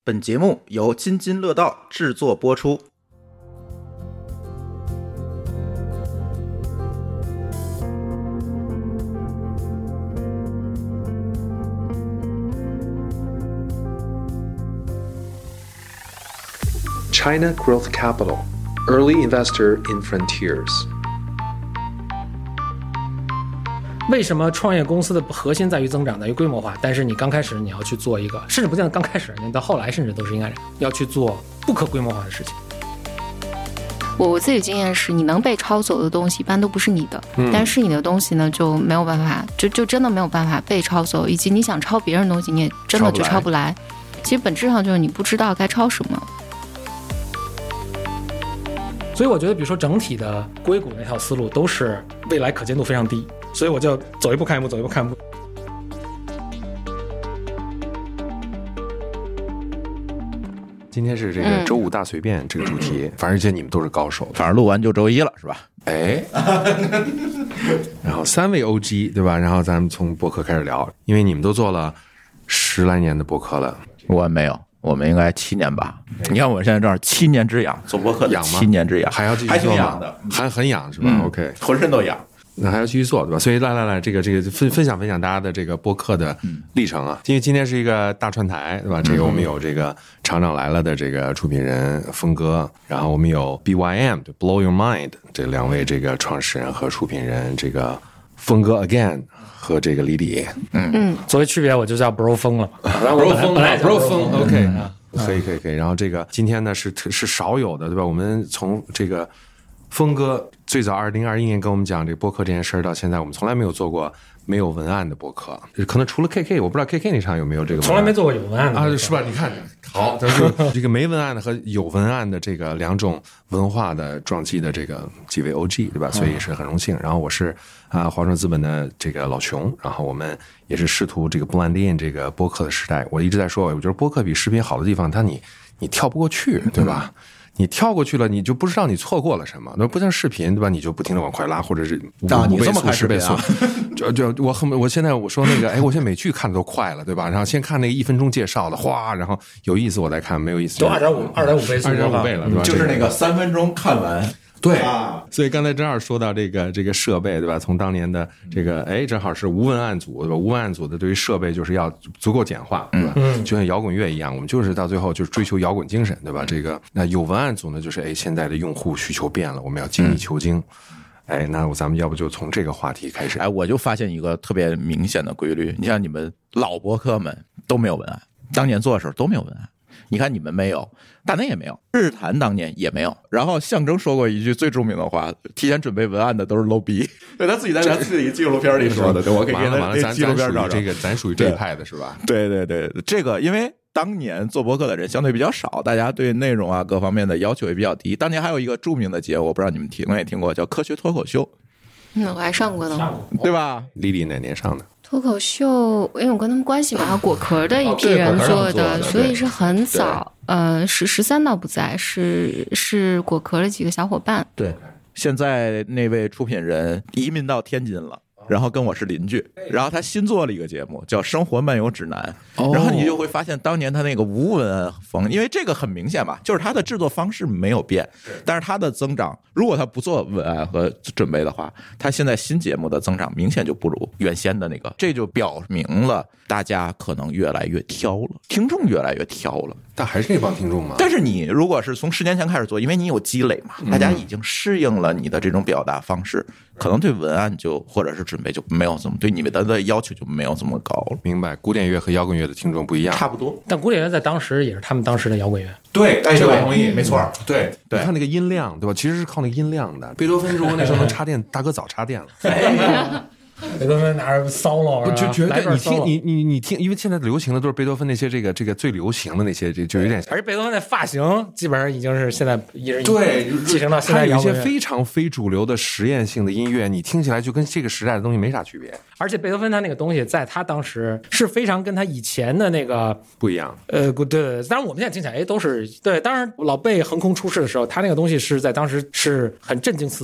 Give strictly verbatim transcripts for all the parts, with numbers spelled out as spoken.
本节目由津津乐道制作播出。 China Growth Capital, Early Investor in Frontiers。 为什么创业公司的核心在于增长，在于规模化？但是你刚开始你要去做一个，甚至不见得刚开始，你到后来甚至都是应该要去做不可规模化的事情。 我我自己经验是，你能被抄走的东西一般都不是你的，嗯、但是你的东西呢就没有办法，就就真的没有办法被抄走，以及你想抄别人的东西，你也真的就抄不来。其实本质上就是你不知道该抄什么。 所以我觉得，比如说整体的硅谷那套思路都是未来可见度非常低，所以我就走一步看一步，走一步看一步。 今天是这个周五大随便这个主题，嗯、反正这你们都是高手， 反正录完就周一了，是吧？ 哎，然后三位 O G 对吧？然后咱们从播客开始聊，因为你们都做了十来年的播客了， 我没有。我们应该七年吧？你看我现在正好七年之痒，做播客的七年之痒， 还要继续做吗？还挺痒的，还很痒是吧、嗯、？OK， 浑身都痒， 那还要继续做对吧？所以来来来，这个这个分分享分享大家的这个播客的历程啊。因为今天是一个大串台对吧？这个我们有这个厂长来了的这个出品人峰哥，然后我们有 B Y M 就 Blow Your Mind 这两位这个创始人和出品人，这个峰哥 Again。和这个李李， 嗯嗯，作为区别我就叫 Bro 风了 ，Bro 风 ，Bro 风 ，OK，、嗯、可以可以可以。然后这个今天呢是是少有的，对吧？我们从这个峰哥最早二零二一年跟我们讲这个播客这件事儿到现在，我们从来没有做过没有文案的播客，可能除了 K K， 我不知道 K K 那场有没有这个文案， 从来没做过有文案的啊，是吧？你看，好，但是这个没文案的和有文案的这个两种文化的撞击的这个几位 O G， 对吧？所以是很荣幸。然后我是啊华创资本的这个老熊，然后我们也是试图这个 blend in 这个播客的时代。我一直在说，我觉得播客比视频好的地方，它你你跳不过去，对吧？嗯，你跳过去了，你就不知道你错过了什么。那不像视频，对吧？你就不停的往快拉，或者是五倍速、十倍速。就就我很，我现在我说那个，哎，我现在美剧看的都快了，对吧？然后先看那个一分钟介绍的，哗，然后有意思我再看，没有意思就二点五、二点五倍速， 二点五倍了，对吧？ 就是那个三分钟看完。 对啊，所以刚才正好说到这个这个设备，对吧？从当年的这个，哎，正好是无文案组，对吧？无文案组的对于设备就是要足够简化，对吧？嗯，就像摇滚乐一样，我们就是到最后就是追求摇滚精神，对吧？这个那有文案组呢，就是哎，现在的用户需求变了，我们要精益求精。嗯哎，那咱们要不就从这个话题开始？ 哎，我就发现一个特别明显的规律，你像你们老播客们都没有文案，当年做的时候都没有文案。你看你们没有，大内也没有，日坛当年也没有。然后象征说过一句最著名的话：提前准备文案的都是 low 逼。对，他自己在他自己纪录片里说的，对，我可以给他那纪录片找找。 这个咱属于这一派的是吧？ 对对对，这个因为当年做播客的人相对比较少，大家对内容啊各方面的要求也比较低。当年还有一个著名的节目，我不知道你们听没听过，叫科学脱口秀。 嗯，我还上过呢， 对吧？ 丽丽哪年上的？ 脱口秀，因为我跟他们关系嘛，果壳的一批人做的，所以是很早。呃，是十三倒不在，是是果壳的几个小伙伴。 对，现在那位出品人移民到天津了。然后跟我是邻居，然后他新做了一个节目叫《生活漫游指南》，然后你就会发现当年他那个无文案风，因为这个很明显嘛，就是他的制作方式没有变，但是他的增长，如果他不做文案和准备的话，他现在新节目的增长明显就不如原先的那个，这就表明了大家可能越来越挑了，听众越来越挑了。 但还是那帮听众嘛。 但是你如果是从十年前开始做，因为你有积累嘛，大家已经适应了你的这种表达方式，可能对文案就或者是准备就没有这么对你们的要求就没有这么高了。 明白，古典乐和摇滚乐的听众不一样， 差不多。 但古典乐在当时也是他们当时的摇滚乐。 对，哎，这我同意，没错。对对， 你看那个音量，对吧？其实是靠那个音量的。贝多芬如果那时候能插电，大哥早插电了。哎贝多芬拿着骚了， 就绝对你听你你你听，因为现在流行的都是贝多芬那些这个这个最流行的那些，就就有点像。 而且贝多芬的发型基本上已经是现在一人对继承到现在摇滚乐。 有一些非常非主流的实验性的音乐，你听起来就跟这个时代的东西没啥区别。 而且贝多芬他那个东西，在他当时是非常跟他以前的那个不一样。 呃，对对对，当然我们现在听起来，哎，都是对。当然老贝横空出世的时候，他那个东西是在当时是很震惊四座的。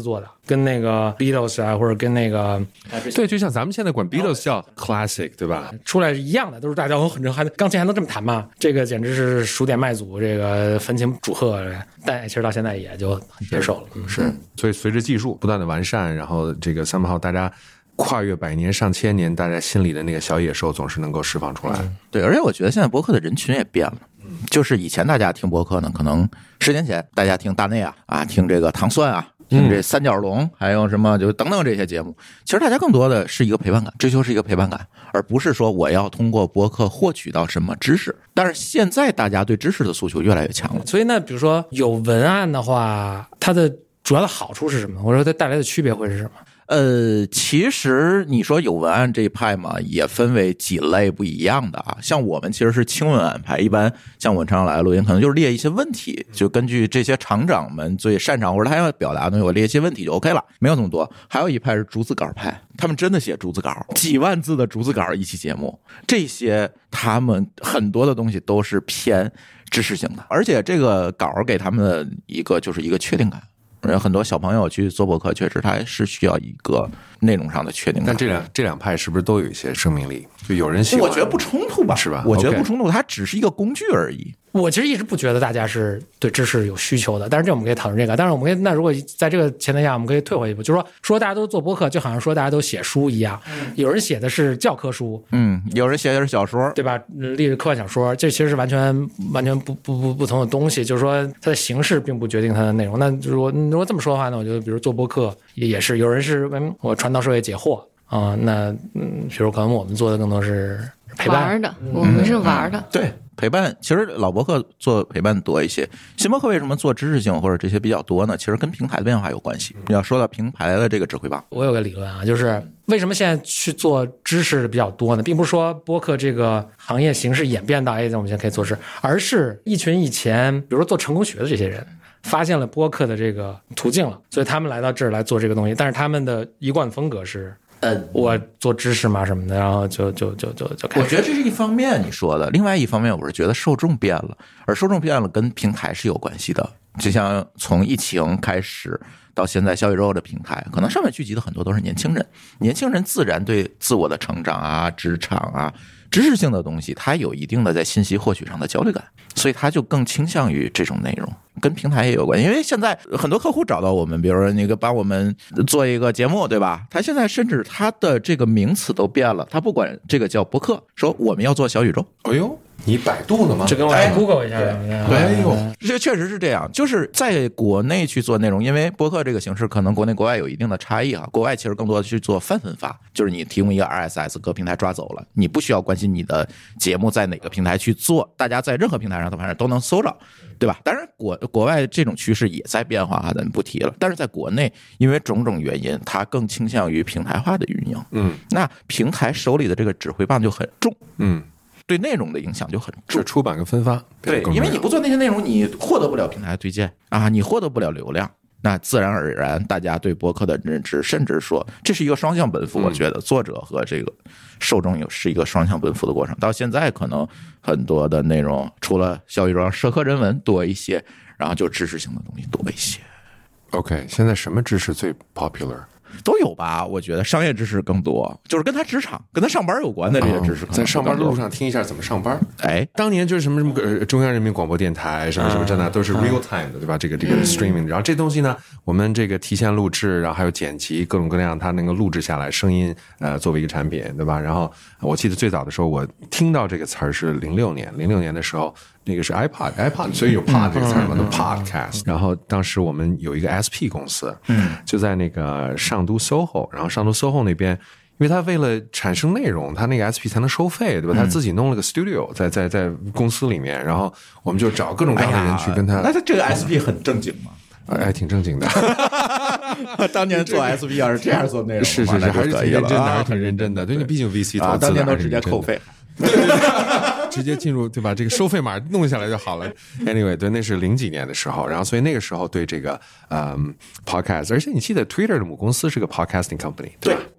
跟那个 Beatles 啊，或者跟那个对，就像咱们现在管 Beatles 叫 classic， 对吧？ 出来是一样的，都是大家都很震撼，钢琴还能这么弹吗？这个简直是数典麦祖，这个焚琴祝贺，但其实到现在也就很接受了。 是，所以随着技术不断的完善，然后这个somehow大家跨越百年上千年，大家心里的那个小野兽总是能够释放出来。 嗯、对，而且我觉得现在播客的人群也变了。就是以前大家听播客呢，可能十年前大家听大内啊啊，听这个糖蒜啊，听这三角龙，还有什么就等等这些节目，其实大家更多的是一个陪伴感，追求是一个陪伴感，而不是说我要通过播客获取到什么知识。但是现在大家对知识的诉求越来越强了， 所以呢，比如说有文案的话，它的主要的好处是什么？或者说它带来的区别会是什么？ 呃，其实你说有文案这一派嘛，也分为几类不一样的啊。像我们其实是轻文案派，一般像文昌来录音，可能就是列一些问题，就根据这些厂长们最擅长或者他要表达的东西，我列一些问题就 OK 了，没有那么多。还有一派是逐字稿派，他们真的写逐字稿，几万字的逐字稿一期节目，这些他们很多的东西都是偏知识性的，而且这个稿给他们的一个就是一个确定感。很多小朋友去做播客，确实他是需要一个内容上的确定感。 但这两这两派是不是都有一些生命力？就有人喜欢， 我觉得不冲突吧， 是吧？ 我觉得不冲突，它只是一个工具而已。 我其实一直不觉得大家是对知识有需求的，但是这我们可以讨论这个。但是我们可以，那如果在这个前提下，我们可以退回一步，就是说说大家都做播客，就好像说大家都写书一样，有人写的是教科书， 嗯，有人写的是小说， 对吧？历史科幻小说，这其实是完全完全不不不不同的东西。就是说它的形式并不决定它的内容。那如果如果这么说的话呢，我觉得比如做播客也也是，有人是嗯，我传道授业解惑啊、呃，那嗯，比如可能我们做的更多是陪伴玩的，我们是玩的， 嗯、对。陪伴，其实老博客做陪伴多一些，新博客为什么做知识性或者这些比较多呢？其实跟平台的变化有关系。要说到平台的这个指挥棒， 我有个理论啊，就是为什么现在去做知识比较多呢？并不是说播客这个行业形式演变到哎，我们现在可以做知识，而是一群以前比如说做成功学的这些人发现了播客的这个途径了，所以他们来到这儿来做这个东西，但是他们的一贯风格是。嗯，我做知识嘛什么的，然后就就就就就开始。 我觉得这是一方面你说的，另外一方面我是觉得受众变了，而受众变了跟平台是有关系的。就像从疫情开始到现在小宇宙的平台，可能上面聚集的很多都是年轻人，年轻人自然对自我的成长啊、职场啊、知识性的东西，他有一定的在信息获取上的焦虑感，所以他就更倾向于这种内容。跟平台也有关系，因为现在很多客户找到我们，比如说那个帮我们做一个节目，对吧？他现在甚至他的这个名词都变了，他不管这个叫播客，说我们要做小宇宙。 哎呦，你百度了吗？ 这跟我来 Google 一下。 哎呦， 这确实是这样，就是在国内去做内容，因为播客这个形式可能国内国外有一定的差异啊。国外其实更多的去做泛分发，就是你提供一个 R S S， 各平台抓走了，你不需要关心你的节目在哪个平台去做，大家在任何平台上反正都能搜着。对吧？当然国国外这种趋势也在变化啊，咱不提了。但是在国内，因为种种原因，它更倾向于平台化的运营。 嗯， 那平台手里的这个指挥棒就很重。 嗯， 对内容的影响就很重。 是出版跟分发。 对，因为你不做那些内容，你获得不了平台推荐啊，你获得不了流量。那自然而然，大家对播客的认知，甚至说这是一个双向奔赴。我觉得作者和这个受众有是一个双向奔赴的过程。到现在，可能很多的内容除了小宇宙上社科人文多一些，然后就知识性的东西多一些。 OK， 现在什么知识最 popular？ 都有吧，我觉得商业知识更多，就是跟他职场、跟他上班有关的这些知识。 在上班路上听一下怎么上班。 哎， 当年就是什么什么中央人民广播电台什么什么，真的都是 real time 的，对吧？这个这个 streaming， 然后这东西呢，我们这个提前录制，然后还有剪辑，各种各样，它能够录制下来声音，呃，作为一个产品，对吧？然后我记得最早的时候，我听到这个词儿是零六年，零六年的时候。那个是 iPod iPod， 所以有 pod 这个词儿嘛，都 podcast。然后当时我们有一个 S P 公司，嗯，就在那个上都 S O H O， 然后上都 S O H O 那边，因为他为了产生内容，他那个 S P 才能收费，对吧？他自己弄了个 studio 在在在公司里面，然后我们就找各种各样的人去跟他。 哎、那他这个 S P 很正经吗？ 哎，挺正经的。 当年做 S P 要是这样做内容， 是是是，还是挺认真的，还是挺认真的。对，你毕竟 V C 投资， 当年都直接扣费。 对对对，直接进入对吧？这个收费码弄下来就好了。Anyway， 对，那是零几年的时候，然后所以那个时候对这个嗯 podcast， 而且你记得 Twitter 的母公司是个 podcasting company， 对吧？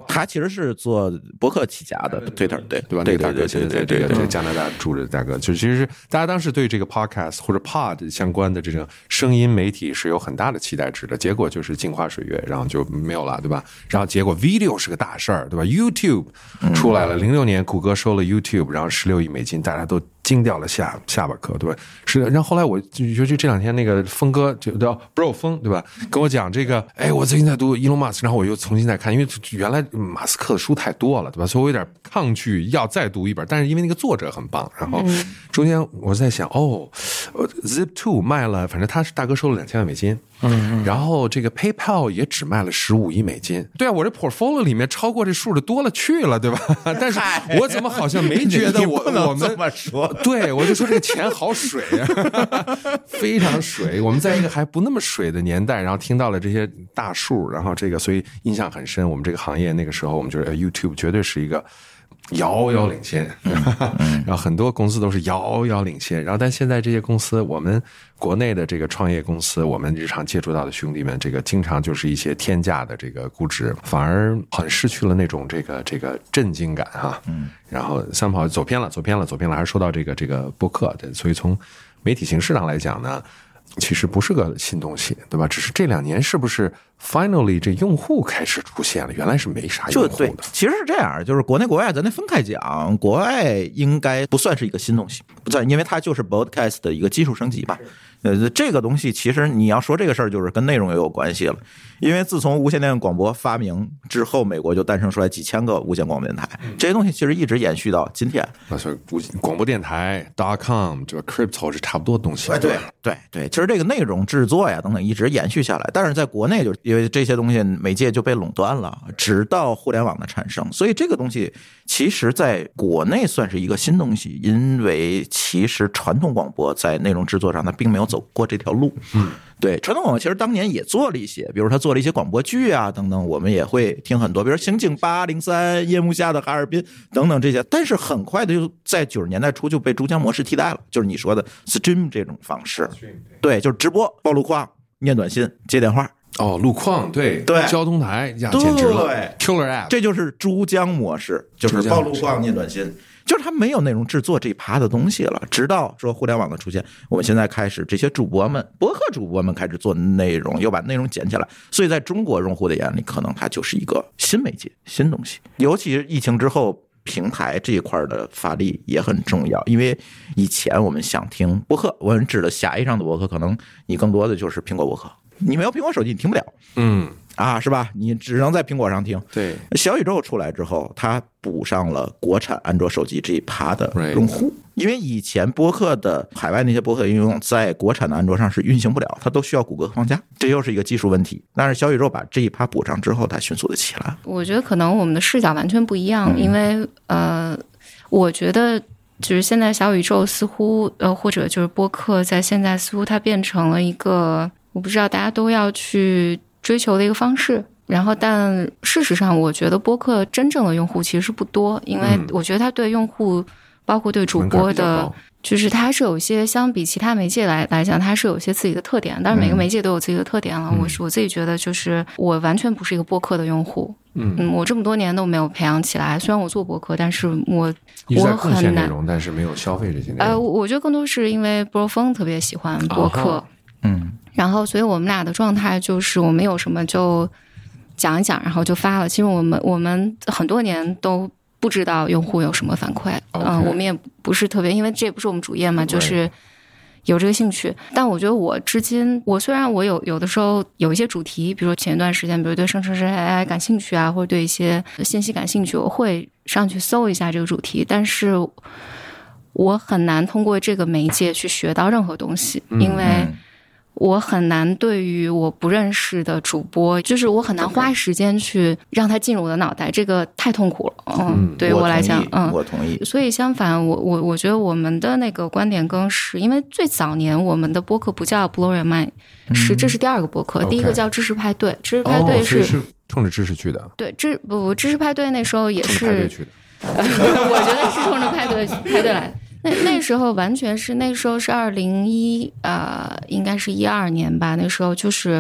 他其实是做博客起家的 Twitter， 对对吧？ 对那个大哥现在在这个对这个加拿大住的大哥，就其实大家当时对这个 podcast 或者 pod 相关的这种声音媒体是有很大的期待值的，结果就是镜花水月，然后就没有了，对吧？然后结果 video 是个大事儿，对吧 ？YouTube 出来了，零六年谷歌收了 YouTube， 然后十六亿美金，大家都惊掉了下下巴壳，对吧？是，然后后来我就尤其这两天那个峰哥就叫 Bro 峰，对吧？跟我讲这个，哎，我最近在读 Elon Musk， 然后我又重新再看，因为原来马斯克的书太多了，对吧？所以我有点抗拒要再读一本，但是因为那个作者很棒，然后中间我在想，哦 ，Zip two 卖了，反正他是大哥收了两千万美金，嗯，然后这个 PayPal 也只卖了十五亿美金，对啊，我这 portfolio 里面超过这数的多了去了，对吧？但是我怎么好像没觉得我我们这么说？ 对，我就说这个钱好水啊，非常水。我们在一个还不那么水的年代，然后听到了这些大数，然后这个所以印象很深。我们这个行业那个时候，我们觉得 YouTube 绝对是一个遥遥领先，然后很多公司都是遥遥领先。然后但现在这些公司，我们国内的这个创业公司，我们日常接触到的兄弟们，这个经常就是一些天价的这个估值，反而很失去了那种这个这个震惊感哈。嗯，然后三跑走偏了，走偏了，走偏了，还是说到这个这个播客的，所以从媒体形式上来讲呢，其实不是个新东西，对吧？只是这两年是不是 finally 这用户开始出现了？原来是没啥用户的。 对，其实是这样，就是国内国外咱得分开讲。国外应该不算是一个新东西，不算，因为它就是 broadcast 的一个技术升级嘛。呃，这个东西其实你要说这个事儿，就是跟内容也有关系了。因为自从无线电广播发明之后，美国就诞生出来几千个无线广播电台，这些东西其实一直延续到今天。 那所以广播电台 .com 这个 crypto 是差不多的东西。 对对对，其实这个内容制作呀等等一直延续下来，但是在国内就因为这些东西媒介就被垄断了，直到互联网的产生，所以这个东西其实在国内算是一个新东西，因为其实传统广播在内容制作上它并没有走过这条路。嗯。对，传统广播其实当年也做了一些，比如他做了一些广播剧啊等等，我们也会听很多，比如刑警八零三、夜幕下的哈尔滨等等这些，但是很快的就在九十年代初就被珠江模式替代了，就是你说的 stream 这种方式。对，就是直播、报路况、念短信、接电话。 哦，路况，对对， 交通台呀，简直了 ，Killer App， 这就是珠江模式，就是报路况、念短信。就是它没有内容制作这一趴的东西了，直到说互联网的出现，我们现在开始这些主播们、播客主播们开始做内容，又把内容捡起来，所以在中国用户的眼里，可能它就是一个新媒介、新东西。尤其是疫情之后，平台这一块的发力也很重要，因为以前我们想听播客，我们指的狭义上的播客，可能你更多的就是苹果播客，你没有苹果手机你听不了，嗯。啊，是吧？你只能在苹果上听。 对， 小宇宙出来之后，它补上了国产安卓手机这一趴的用户，因为以前播客的海外那些播客应用在国产的安卓上是运行不了，它都需要谷歌放假，这又是一个技术问题。但是小宇宙把这一趴补上之后，它迅速的起来。 我觉得可能我们的视角完全不一样，因为呃，我觉得就是现在小宇宙似乎呃，或者就是播客在现在似乎它变成了一个，我不知道大家都要去追求的一个方式，然后但事实上我觉得播客真正的用户其实是不多，因为我觉得它对用户包括对主播的就是它是有一些相比其他媒介来来讲它是有一些自己的特点，但是每个媒介都有自己的特点了。我我自己觉得就是我完全不是一个播客的用户，嗯嗯，我这么多年都没有培养起来，虽然我做播客，但是我我很难，但是没有消费这些内容。 呃，我觉得更多是因为 Bro 峰特别喜欢播客，嗯。然后所以我们俩的状态就是我们有什么就讲一讲，然后就发了。其实我们我们很多年都不知道用户有什么反馈，嗯、呃，我们也不是特别，因为这也不是我们主业嘛，就是有这个兴趣。但我觉得我至今，我虽然我有有的时候有一些主题，比如说前一段时间，比如对生成式 A I 感兴趣啊，或者对一些信息感兴趣，我会上去搜一下这个主题，但是我很难通过这个媒介去学到任何东西，因为我很难对于我不认识的主播，就是我很难花时间去让他进入我的脑袋，这个太痛苦了。嗯，对于我来讲，嗯， 我同意。 所以相反，我我我觉得我们的那个观点更是，因为最早年我们的播客不叫 Blow Your Mind，、嗯、是这是第二个播客， okay. 第一个叫知识派对，知识派对是、 哦、是冲着知识去的。 对，知不不知识派对那时候也是， 派对去的我觉得是冲着派对派对来的。那那时候完全是，那时候是二零一呃，应该是一二年吧。那时候就是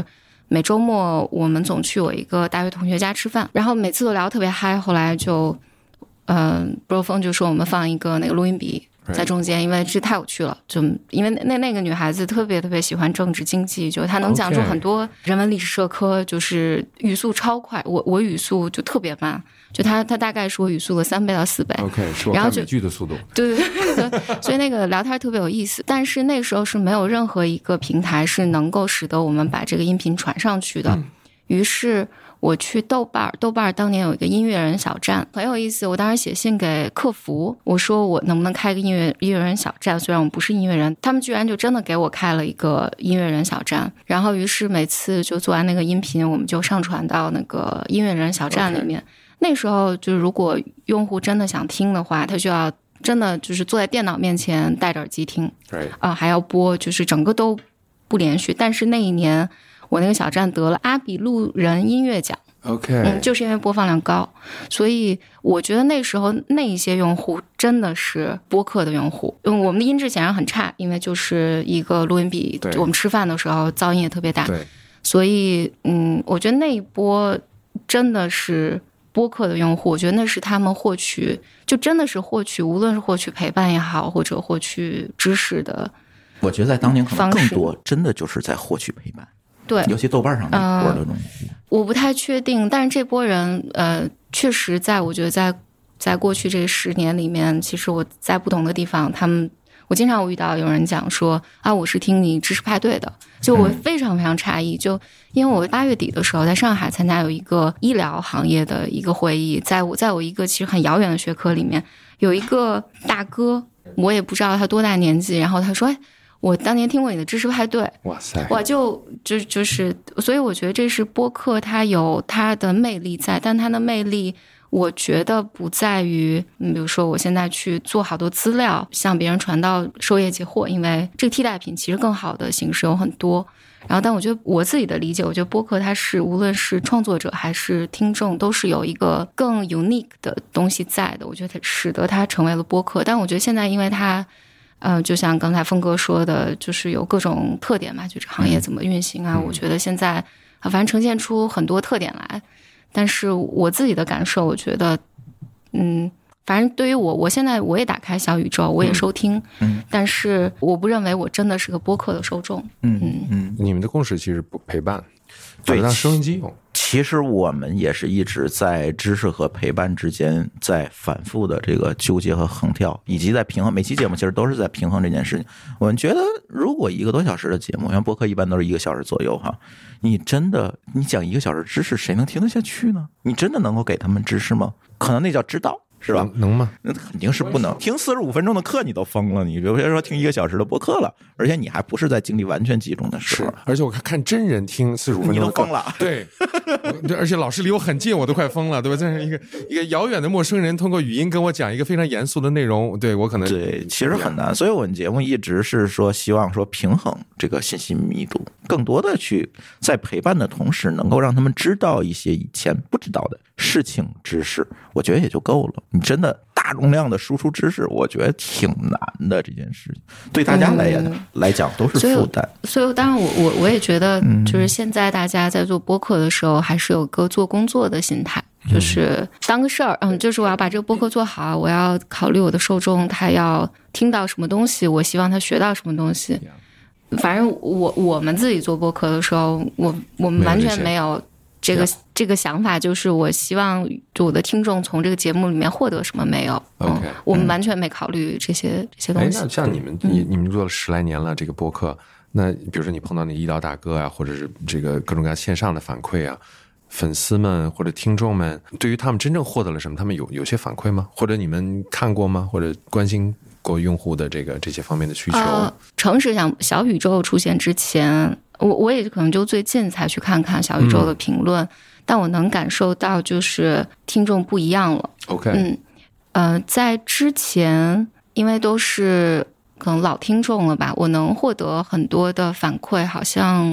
每周末我们总去我一个大学同学家吃饭，然后每次都聊得特别嗨。后来就，嗯、呃，波峰就说我们放一个那个录音笔在中间，因为这太有趣了。就因为那那个女孩子特别特别喜欢政治经济，就她能讲出很多人文历史社科，就是语速超快。我我语速就特别慢，就她她大概是我语速的三倍到四倍。 OK， 是我看美剧的速度。 对对对对，所以那个聊天特别有意思。但是那时候是没有任何一个平台是能够使得我们把这个音频传上去的。嗯、于是我去豆瓣，豆瓣当年有一个音乐人小站，很有意思。我当时写信给客服，我说我能不能开个音乐音乐人小站，虽然我们不是音乐人，他们居然就真的给我开了一个音乐人小站。然后于是每次就做完那个音频，我们就上传到那个音乐人小站里面。Okay. 那时候就是如果用户真的想听的话，他就要真的就是坐在电脑面前戴着耳机听，啊、 right. 呃，还要播，就是整个都不连续。但是那一年我那个小站得了阿比路人音乐奖。 OK， 嗯，就是因为播放量高，所以我觉得那时候那一些用户真的是播客的用户。嗯，我们的音质显然很差，因为就是一个录音笔，我们吃饭的时候噪音也特别大， 对， 所以嗯，我觉得那一波真的是播客的用户，我觉得那是他们获取，就真的是获取，无论是获取陪伴也好，或者获取知识的， 我觉得在当年可能更多，真的就是在获取陪伴。 对， 尤其豆瓣上那波的东西、呃， 我不太确定，但是这波人，呃，确实在我觉得在在过去这十年里面，其实我在不同的地方，他们我经常会遇到有人讲说啊，我是听你知识派对的，就我非常非常诧异，就因为我八月底的时候在上海参加有一个医疗行业的一个会议，在我在我一个其实很遥远的学科里面，有一个大哥，我也不知道他多大年纪，然后他说，哎。我当年听过你的知识派对， 哇塞！ 我就就就是，所以我觉得这是播客，它有它的魅力在，但它的魅力，我觉得不在于，嗯，比如说我现在去做好多资料，向别人传到授业解惑，因为这个替代品其实更好的形式有很多。然后，但我觉得我自己的理解，我觉得播客它是无论是创作者还是听众，都是有一个更 unique 的东西在的。我觉得它使得它成为了播客，但我觉得现在因为它。嗯、呃，就像刚才峰哥说的，就是有各种特点嘛，就这行业怎么运行啊？嗯、我觉得现在啊，反正呈现出很多特点来。但是我自己的感受，我觉得，嗯，反正对于我，我现在我也打开小宇宙，我也收听，嗯，但是我不认为我真的是个播客的受众。 嗯嗯嗯， 你们的共识其实不陪伴，对，当收音机用。 其实我们也是一直在知识和陪伴之间在反复的这个纠结和横跳，以及在平衡。每期节目其实都是在平衡这件事情。我们觉得，如果一个多小时的节目，像播客一般都是一个小时左右哈，你真的你讲一个小时知识，谁能听得下去呢？你真的能够给他们知识吗？可能那叫知道。是吧？ 能吗？ 那肯定是不能。听四十五分钟的课你都疯了，你比如说听一个小时的播客了，而且你还不是在精力完全集中的时候。 而且我看看真人听四十五分钟的课， 你都疯了。 对，而且老师离我很近，我都快疯了，对吧？这是一个一个遥远的陌生人通过语音跟我讲一个非常严肃的内容，对我可能对，其实很难。所以我们节目一直是说希望说平衡这个信息密度，更多的去在陪伴的同时，能够让他们知道一些以前不知道的事情知识，我觉得也就够了。你真的大容量的输出知识，我觉得挺难的，这件事情对大家来、嗯、来讲都是负担。 所以，所以当然我我我也觉得，就是现在大家在做播客的时候，还是有个做工作的心态，就是当个事儿，嗯，就是我要把这个播客做好，我要考虑我的受众，他要听到什么东西，我希望他学到什么东西。反正我我们自己做播客的时候，我我们完全没有这个这个想法，就是我希望就我的听众从这个节目里面获得什么没有。 OK， 嗯、我们完全没考虑这些这些东西。 那像你们，你你们做了十来年了，这个播客，那比如说你碰到那医疗大哥啊，或者是这个各种各样线上的反馈啊，粉丝们或者听众们，对于他们真正获得了什么，他们有有些反馈吗？或者你们看过吗？或者关心过用户的这个这些方面的需求？ 呃、诚实讲，小宇宙出现之前，我我也可能就最近才去看看小宇宙的评论。嗯，但我能感受到，就是听众不一样了。 OK， 嗯，呃，在之前，因为都是可能老听众了吧，我能获得很多的反馈，好像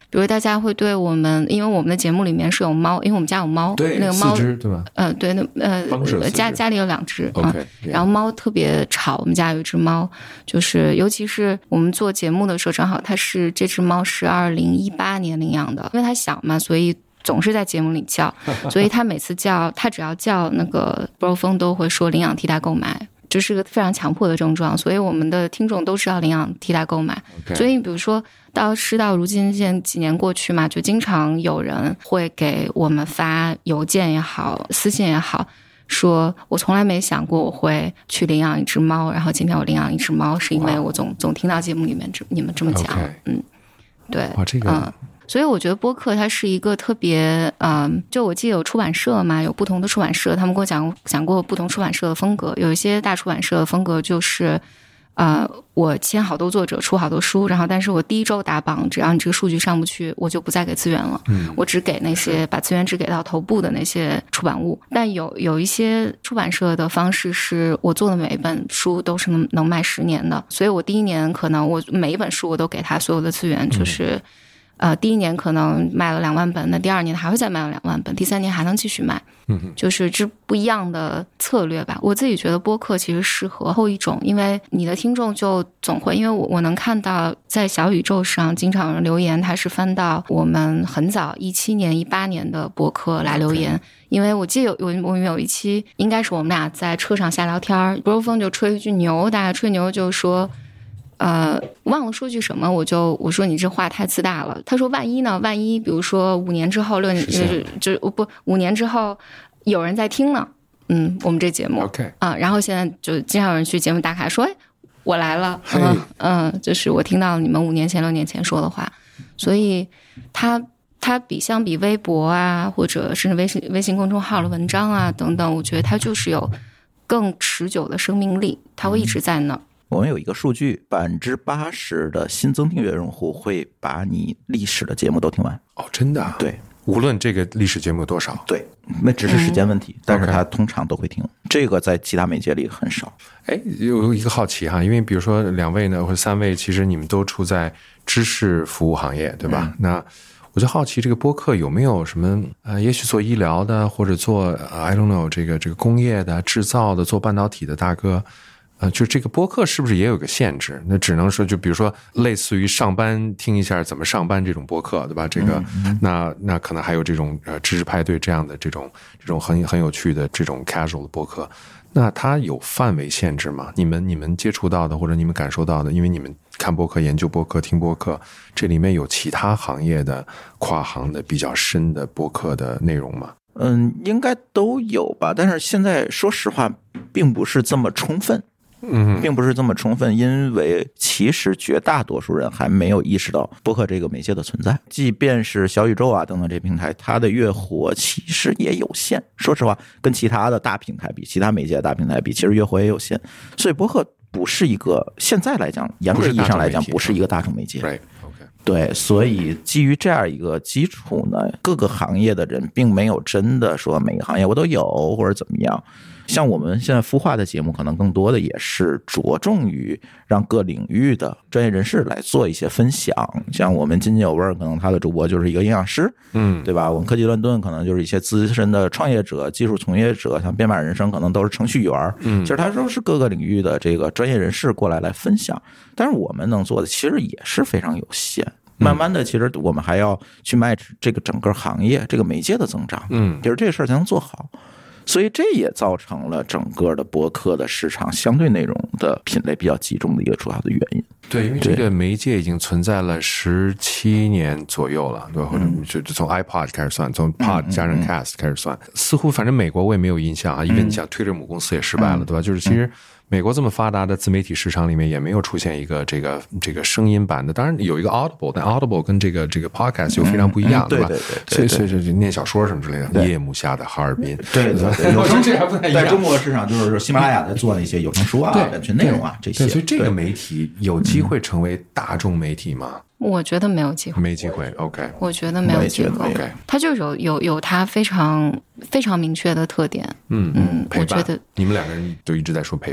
比如大家会对我们，因为我们的节目里面是有猫，因为我们家有猫， 对， 那个猫四只对吧？ 呃，对，那呃家家里有两只 ，OK，、 嗯、然后猫特别吵，我们家有一只猫，就是尤其是我们做节目的时候，正好它是这只猫是二零一八年领养的，因为它小嘛，所以总是在节目里叫，所以它每次叫，它只要叫那个波峰都会说领养替代购买。这是个非常强迫的症状，所以我们的听众都知道领养替代购买。 Okay. 所以比如说到事到如今，现在几年过去嘛，就经常有人会给我们发邮件也好，私信也好，说我从来没想过我会去领养一只猫，然后今天我领养一只猫是因为我总总听到节目里面你们这么讲。 Okay. 嗯，对， 哇，这个。 嗯，所以我觉得播客它是一个特别，嗯，就我记得有出版社嘛，有不同的出版社，他们跟我讲讲过不同出版社的风格。有一些大出版社的风格就是，呃，我签好多作者，出好多书，然后但是我第一周打榜，只要你这个数据上不去，我就不再给资源了。 嗯， 我只给那些把资源只给到头部的那些出版物。但有有一些出版社的方式是我做的每一本书都是能能卖十年的，所以我第一年可能我每一本书我都给他所有的资源，就是。嗯呃，第一年可能卖了两万本，那第二年还会再卖了两万本，第三年还能继续卖， 嗯， 就是这不一样的策略吧。我自己觉得播客其实适合后一种，因为你的听众就总会，因为我我能看到在小宇宙上经常有人留言，他是翻到我们很早一七年、一八年的播客来留言。Okay.因为我记得有有我们有一期应该是我们俩在车上瞎聊天，波峰就吹一句牛，大家吹牛就说。呃，忘了说句什么，我就我说你这话太自大了。他说万一呢？万一比如说五年之后，六年就就不五年之后有人在听呢？嗯，我们这节目 ，OK 啊，然后现在就经常有人去节目打卡说，哎，我来了，嗯嗯，就是我听到你们五年前、六年前说的话，所以他他比相比微博啊，或者甚至微信微信公众号的文章啊等等，我觉得它就是有更持久的生命力，它会一直在那儿。 我们有一个数据，百分之八十的新增订阅用户会把你历史的节目都听完。 哦，真的？ 对， 无论这个历史节目有多少。 对，那只是时间问题，嗯、但是他通常都会听。 Okay. 这个在其他媒介里很少。 哎，有一个好奇哈，因为比如说两位呢，或者三位，其实你们都处在知识服务行业，对吧？嗯、那我就好奇，这个播客有没有什么呃，也许做医疗的，或者做、呃、I don't know 这个这个工业的、制造的、做半导体的大哥。呃，就这个播客是不是也有个限制？那只能说，就比如说，类似于上班听一下怎么上班这种播客，对吧？这个，嗯嗯、那那可能还有这种呃知识派对这样的这种这种很很有趣的这种 casual 的播客，那它有范围限制吗？你们你们接触到的或者你们感受到的，因为你们看播客、研究播客、听播客，这里面有其他行业的跨行的比较深的播客的内容吗？ 嗯，应该都有吧，但是现在说实话，并不是这么充分。 嗯， 并不是这么充分，因为其实绝大多数人还没有意识到播客这个媒介的存在。即便是小宇宙啊等等这些平台，它的月活其实也有限。说实话，跟其他的大平台比，其他媒介的大平台比，其实月活也有限。所以播客不是一个现在来讲，严格意义上来讲，不是一个大众媒介。 对， 对，所以基于这样一个基础呢，各个行业的人并没有真的说每个行业我都有或者怎么样。像我们现在孵化的节目，可能更多的也是着重于让各领域的专业人士来做一些分享。像我们津津有味，可能他的主播就是一个营养师， 嗯， 对吧？我们科技乱炖可能就是一些资深的创业者、技术从业者，像编码人生可能都是程序员， 嗯， 其实他都是各个领域的这个专业人士过来来分享。但是我们能做的其实也是非常有限。慢慢的，其实我们还要去迈这个整个行业、这个媒介的增长， 嗯， 就是这个事儿才能做好。所以这也造成了整个的播客的市场相对内容的品类比较集中的一个主要的原因。 对，因为这个媒介已经存在了十七年左右了，对吧？或者就从 iPod 开始算，从 Pod 加上 Cast 开始算，似乎反正美国我也没有印象啊，因为你想 Twitter 母公司也失败了，对吧？就是其实美国这么发达的自媒体市场里面也没有出现一个这个这个声音版的，当然有一个 Audible， 但 Audible 跟这个这个 Podcast 又非常不一样， 对吧？ 对对对， 所以所以就念小说什么之类的，夜幕下的哈尔滨， 对对对， 有时候这还不太一样。 在中国市场就是喜马拉雅在做那些有声书啊、本权内容啊这些， 所以这个媒体有机会成为大众媒体吗？ 我觉得没有机会， 没机会。OK， 我觉得没有机会。 OK， 它就有有有它非常非常明确的特点。 嗯嗯，我觉得你们两个人就一直在说陪伴。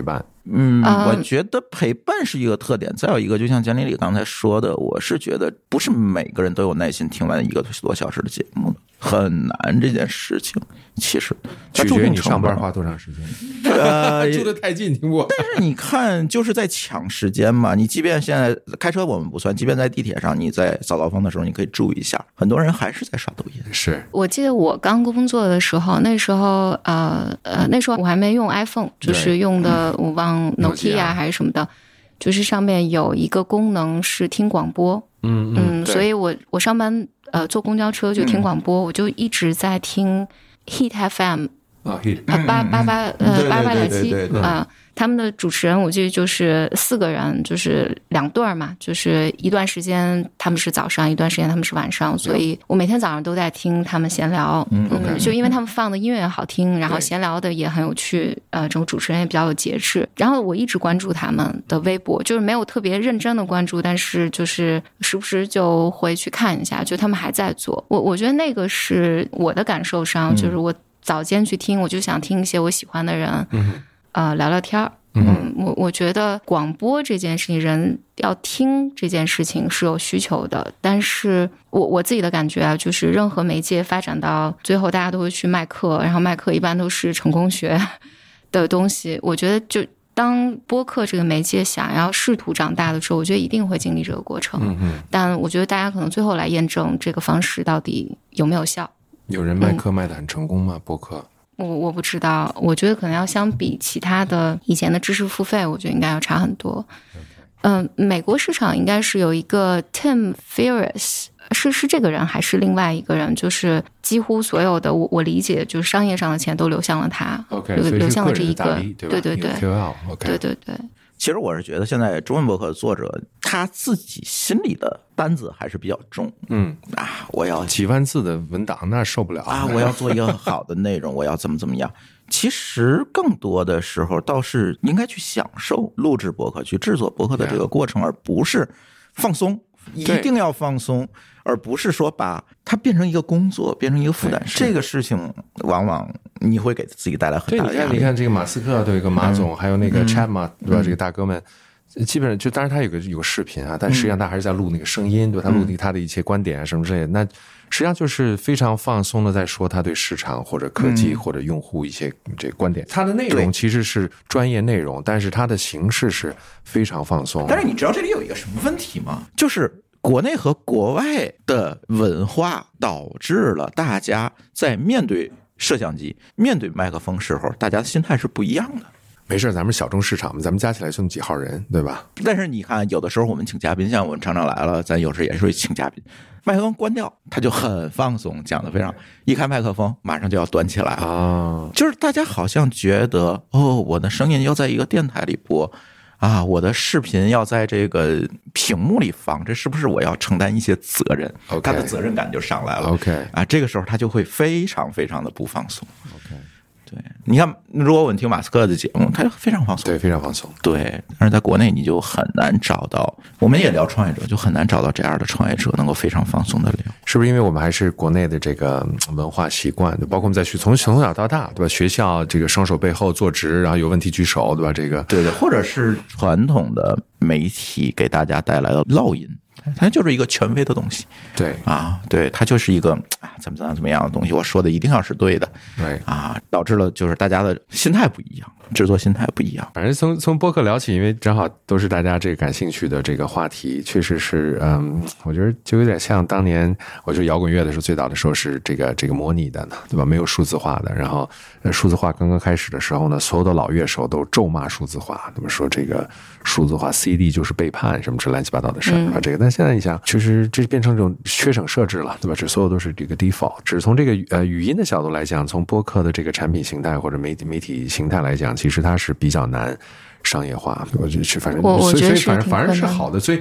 嗯，我觉得陪伴是一个特点。再有一个，就像简经理刚才说的，我是觉得不是每个人都有耐心听完一个多小时的节目的，很难这件事情。其实取决于你上班花多长时间。呃，住得太近听不。 但是你看，就是在抢时间嘛。你即便现在开车我们不算，即便在地铁上，你在早高峰的时候，你可以注意一下，很多人还是在刷抖音。 是我记得我刚工作的时候，那时候呃呃，那时候我还没用 iPhone， 就是用的我忘 Nokia 还是什么的，就是上面有一个功能是听广播。 嗯嗯，所以我我上班呃坐公交车就听广播，嗯、我就一直在听 Hit F M。 啊 ，hit 八八八呃八八点七啊，他们的主持人我记得就是四个人，就是两对儿嘛，就是一段时间他们是早上，一段时间他们是晚上，所以我每天早上都在听他们闲聊， 嗯， 嗯就因为他们放的音乐也好听，然后闲聊的也很有趣，呃，这种主持人也比较有节制，然后我一直关注他们的微博，就是没有特别认真的关注，但是就是时不时就会去看一下，就他们还在做，我我觉得那个是我的感受上，就是我。早间去听，我就想听一些我喜欢的人，嗯，呃，聊聊天儿。嗯，我我觉得广播这件事情，人要听这件事情是有需求的。但是我我自己的感觉啊，就是任何媒介发展到最后，大家都会去卖课，然后卖课一般都是成功学的东西。我觉得就当播客这个媒介想要试图长大的时候，我觉得一定会经历这个过程。嗯嗯。但我觉得大家可能最后来验证这个方式到底有没有效。 有人卖课卖得很成功吗？播客？ 我我不知道，我觉得可能要相比其他的以前的知识付费，我觉得应该要差很多。嗯、呃，美国市场应该是有一个 Tim Ferriss， 是是这个人还是另外一个人？就是几乎所有的我我理解，就是商业上的钱都流向了他。 OK， 流流向了这一个， 对对对对 ，K O L， OK， 对对对。 其实我是觉得，现在中文博客的作者他自己心里的担子还是比较重。 嗯啊，我要几万字的文档那受不了啊！我要做一个好的内容，我要怎么怎么样。其实更多的时候，倒是应该去享受录制博客、去制作博客的这个过程，而不是放松。一定要放松，而不是说把它变成一个工作，变成一个负担。这个事情往往你会给自己带来很大的压力。 对，你看，你看这个马斯克都有一个马总，嗯、还有那个 Chapman，、嗯、对吧？这个大哥们。基本上就，当然他有个有个视频啊，但实际上他还是在录那个声音，对吧？他录他的一切观点啊什么之类的。那实际上就是非常放松的在说他对市场或者科技或者用户一些这个观点。他的内容其实是专业内容，但是他的形式是非常放松。 但是你知道这里有一个什么问题吗？就是国内和国外的文化导致了大家在面对摄像机、面对麦克风时候，大家的心态是不一样的。 没事，咱们小众市场嘛，咱们加起来就那么几号人，对吧？ 但是你看，有的时候我们请嘉宾，像我们常常来了，咱有时也是会请嘉宾，麦克风关掉，他就很放松，讲的非常，一开麦克风马上就要端起来啊，就是大家好像觉得，哦，我的声音要在一个电台里播啊，我的视频要在这个屏幕里放，这是不是我要承担一些责任？ Okay. 他的责任感就上来了。 OK 啊，这个时候他就会非常非常的不放松。 OK。 对，你看，如果我们听马斯克的节目，他就非常放松， 对，非常放松。 对，但是在国内你就很难找到，我们也聊创业者，就很难找到这样的创业者能够非常放松的聊。 是不是因为我们还是国内的这个文化习惯，包括我们在学从从小到大，对吧？学校这个双手背后坐直，然后有问题举手，对吧？这个对对，或者是传统的媒体给大家带来的烙印。它就是一个权威的东西， 对啊，对，它就是一个啊怎么怎么怎么样的东西，我说的一定要是对的， 对啊，导致了就是大家的心态不一样，制作心态不一样。 反正从从播客聊起，因为正好都是大家这个感兴趣的这个话题，确实是，嗯，我觉得就有点像当年我觉得摇滚乐的时候，最早的时候是这个这个模拟的呢，对吧？没有数字化的，然后数字化刚刚开始的时候呢，所有的老乐手都咒骂数字化，那么说这个数字化 C D 就是背叛什么之乱七八糟的事儿、嗯、啊，这个。但现在你想，其实这变成这种缺省设置了，对吧？这所有都是这个 default。只是从这个呃语音的角度来讲，从播客的这个产品形态或者媒体媒体形态来讲，其实它是比较难商业化。我觉得是，反正我我觉得所以反正反而是好的。所以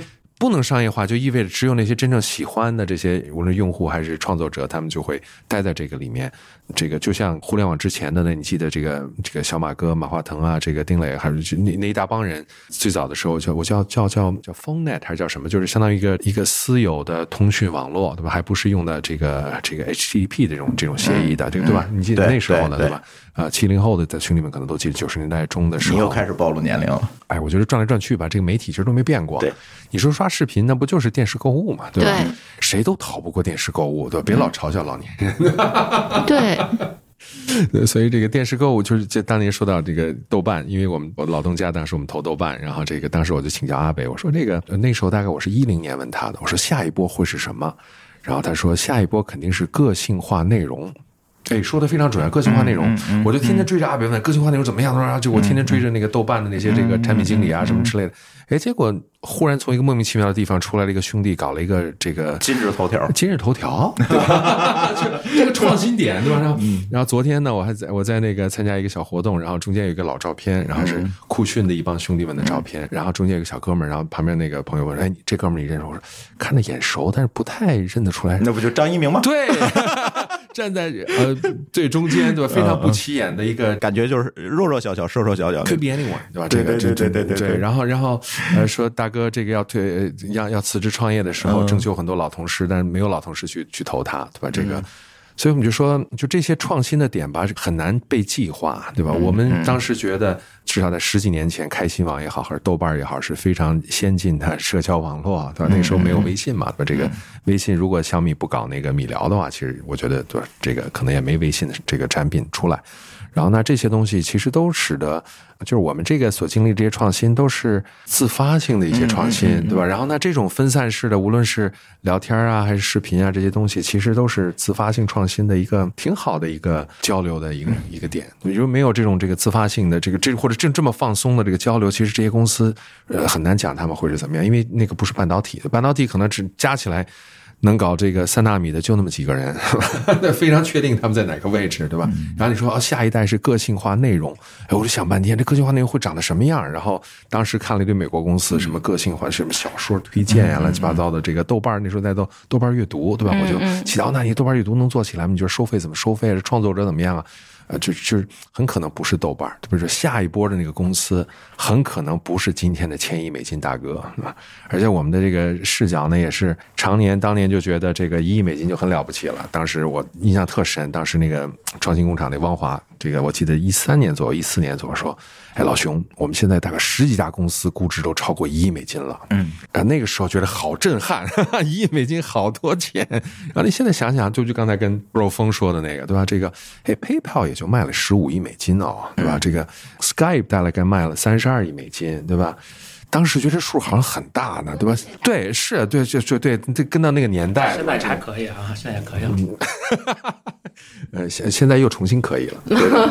不能商业化，就意味着只有那些真正喜欢的这些无论用户还是创作者，他们就会待在这个里面。这个就像互联网之前的那，你记得这个这个小马哥、马化腾啊，这个丁磊，还是那那一大帮人，最早的时候叫我叫叫叫叫 PhoneNet 还是叫什么，就是相当于一个一个私有的通讯网络，对吧？还不是用的这个这个 H T T P 这种这种协议的，这个对吧？你记得那时候的对吧？啊，七零后的兄弟们可能都记得九十年代中的时候。 你又开始暴露年龄了。 哎，我觉得转来转去吧，这个媒体其实都没变过。 对， 你说刷视频，那不就是电视购物嘛，对吧？ 对， 谁都逃不过电视购物，对吧？别老嘲笑老年人。 对。 对，所以这个电视购物就是这当年说到这个豆瓣，因为我们我老东家当时我们投豆瓣，然后这个当时我就请教阿北，我说这个那时候大概我是一零年问他的，我说下一波会是什么？然后他说下一波肯定是个性化内容。哎，说的非常准，个性化内容，嗯嗯嗯、我就天天追着阿北问个性化内容怎么样，然后就我天天追着那个豆瓣的那些这个产品经理啊什么之类的。哎，结果忽然从一个莫名其妙的地方出来了一个兄弟，搞了一个这个今日头条， 今日头条，对吧？这个创新点，对吧？然后，嗯、然后昨天呢，我还在我在那个参加一个小活动，然后中间有一个老照片，然后是酷讯的一帮兄弟们的照片，然后中间有个小哥们儿，然后旁边那个朋友问：“哎，你这哥们儿你认识？”我说：“看着眼熟，但是不太认得出来。” 那不就张一鸣吗？ 对。站在呃最中间，对吧？非常不起眼的一个感觉，就是弱弱小小、瘦瘦小小 ，could be anyone， 对吧？ 对对对对对对对。然后然后呃说大哥这个要退要要辞职创业的时候，征求很多老同事，但是没有老同事去去投他，对吧？这个。所以我们就说，就这些创新的点吧，很难被计划，对吧？我们当时觉得，至少在十几年前，开心网也好，还是豆瓣也好，是非常先进的社交网络，对吧？那时候没有微信嘛，对吧？这个微信如果小米不搞那个米聊的话，其实我觉得，对吧？这个可能也没微信的这个产品出来。然后呢，这些东西其实都使得，就是我们这个所经历这些创新都是自发性的一些创新，对吧？然后呢，这种分散式的，无论是聊天啊还是视频啊这些东西，其实都是自发性创新的一个挺好的一个交流的一个一个点。也就没有这种这个自发性的这个这或者这这么放松的这个交流，其实这些公司呃很难讲他们会是怎么样，因为那个不是半导体的，半导体可能只加起来。能搞这个三纳米的就那么几个人，非常确定他们在哪个位置，对吧？然后你说哦，下一代是个性化内容，哎，我就想半天，这个性化内容会长得什么样？然后当时看了一堆美国公司，什么个性化，什么小说推荐呀、啊，乱七八糟的。这个豆瓣那时候在做豆瓣阅读，对吧？我就祈祷，那你豆瓣阅读能做起来吗？你觉得收费怎么收费？创作者怎么样啊？呃，就就是很可能不是豆瓣，不是下一波的那个公司，很可能不是今天的千亿美金大哥，是吧？而且我们的这个视角呢，也是常年当年就觉得这个一亿美金就很了不起了。当时我印象特深，当时那个创新工厂那汪华，这个我记得一三年左右、一四年左右说，哎，老熊，我们现在大概十几家公司估值都超过一亿美金了。嗯，啊，那个时候觉得好震撼，一亿美金好多钱。然后你现在想想，就就刚才跟 Bro 峰说的那个，对吧？这个，哎 ，PayPal 也就卖了十五亿美金哦，对吧？这个 Skype 大概卖了三十二亿美金，对吧？当时觉得数好像很大呢，对吧？对，是，对，就就对，这跟到那个年代， 现在还可以啊，现在也可以了。 呃，现现在又重新可以了，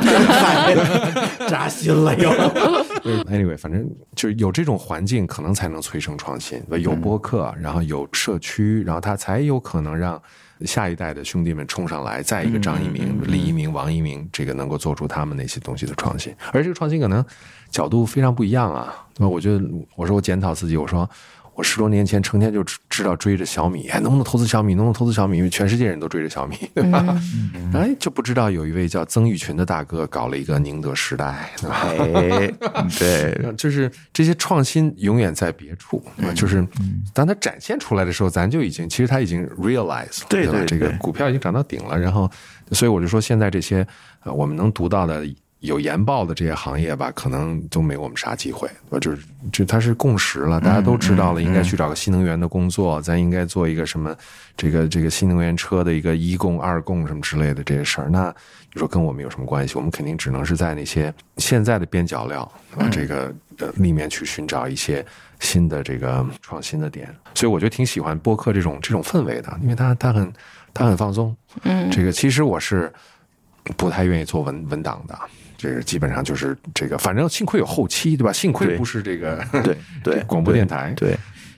扎心了又。 Anyway， 反正就是有这种环境，可能才能催生创新。有播客，然后有社区，然后它才有可能让下一代的兄弟们冲上来。再一个张一鸣、李一鸣、王一鸣，这个能够做出他们那些东西的创新，而这个创新可能角度非常不一样啊。对吧？我觉得，我说我检讨自己，我说。我十多年前成天就知道追着小米，哎，能不能投资小米？能不能投资小米？因为全世界人都追着小米，对吧？嗯、哎，就不知道有一位叫曾毓群的大哥搞了一个宁德时代，对吧？ 哎，对， 就是这些创新永远在别处，嗯、就是当它展现出来的时候，咱就已经其实它已经 realize 了， 对吧？ 这个股票已经涨到顶了，然后，所以我就说现在这些呃我们能读到的。有研报的这些行业吧，可能都没我们啥机会，就是就它是共识了，大家都知道了，应该去找个新能源的工作，咱应该做一个什么这个这个新能源车的一个一供二供什么之类的这些事儿。那你说跟我们有什么关系？我们肯定只能是在那些现在的边角料啊，这个里面去寻找一些新的这个创新的点。所以我就挺喜欢播客这种这种氛围的，因为它它很它很放松。嗯，这个其实我是不太愿意做文文档的。这个基本上就是这个，反正幸亏有后期，对吧？幸亏不是这个对对广播电台， 对。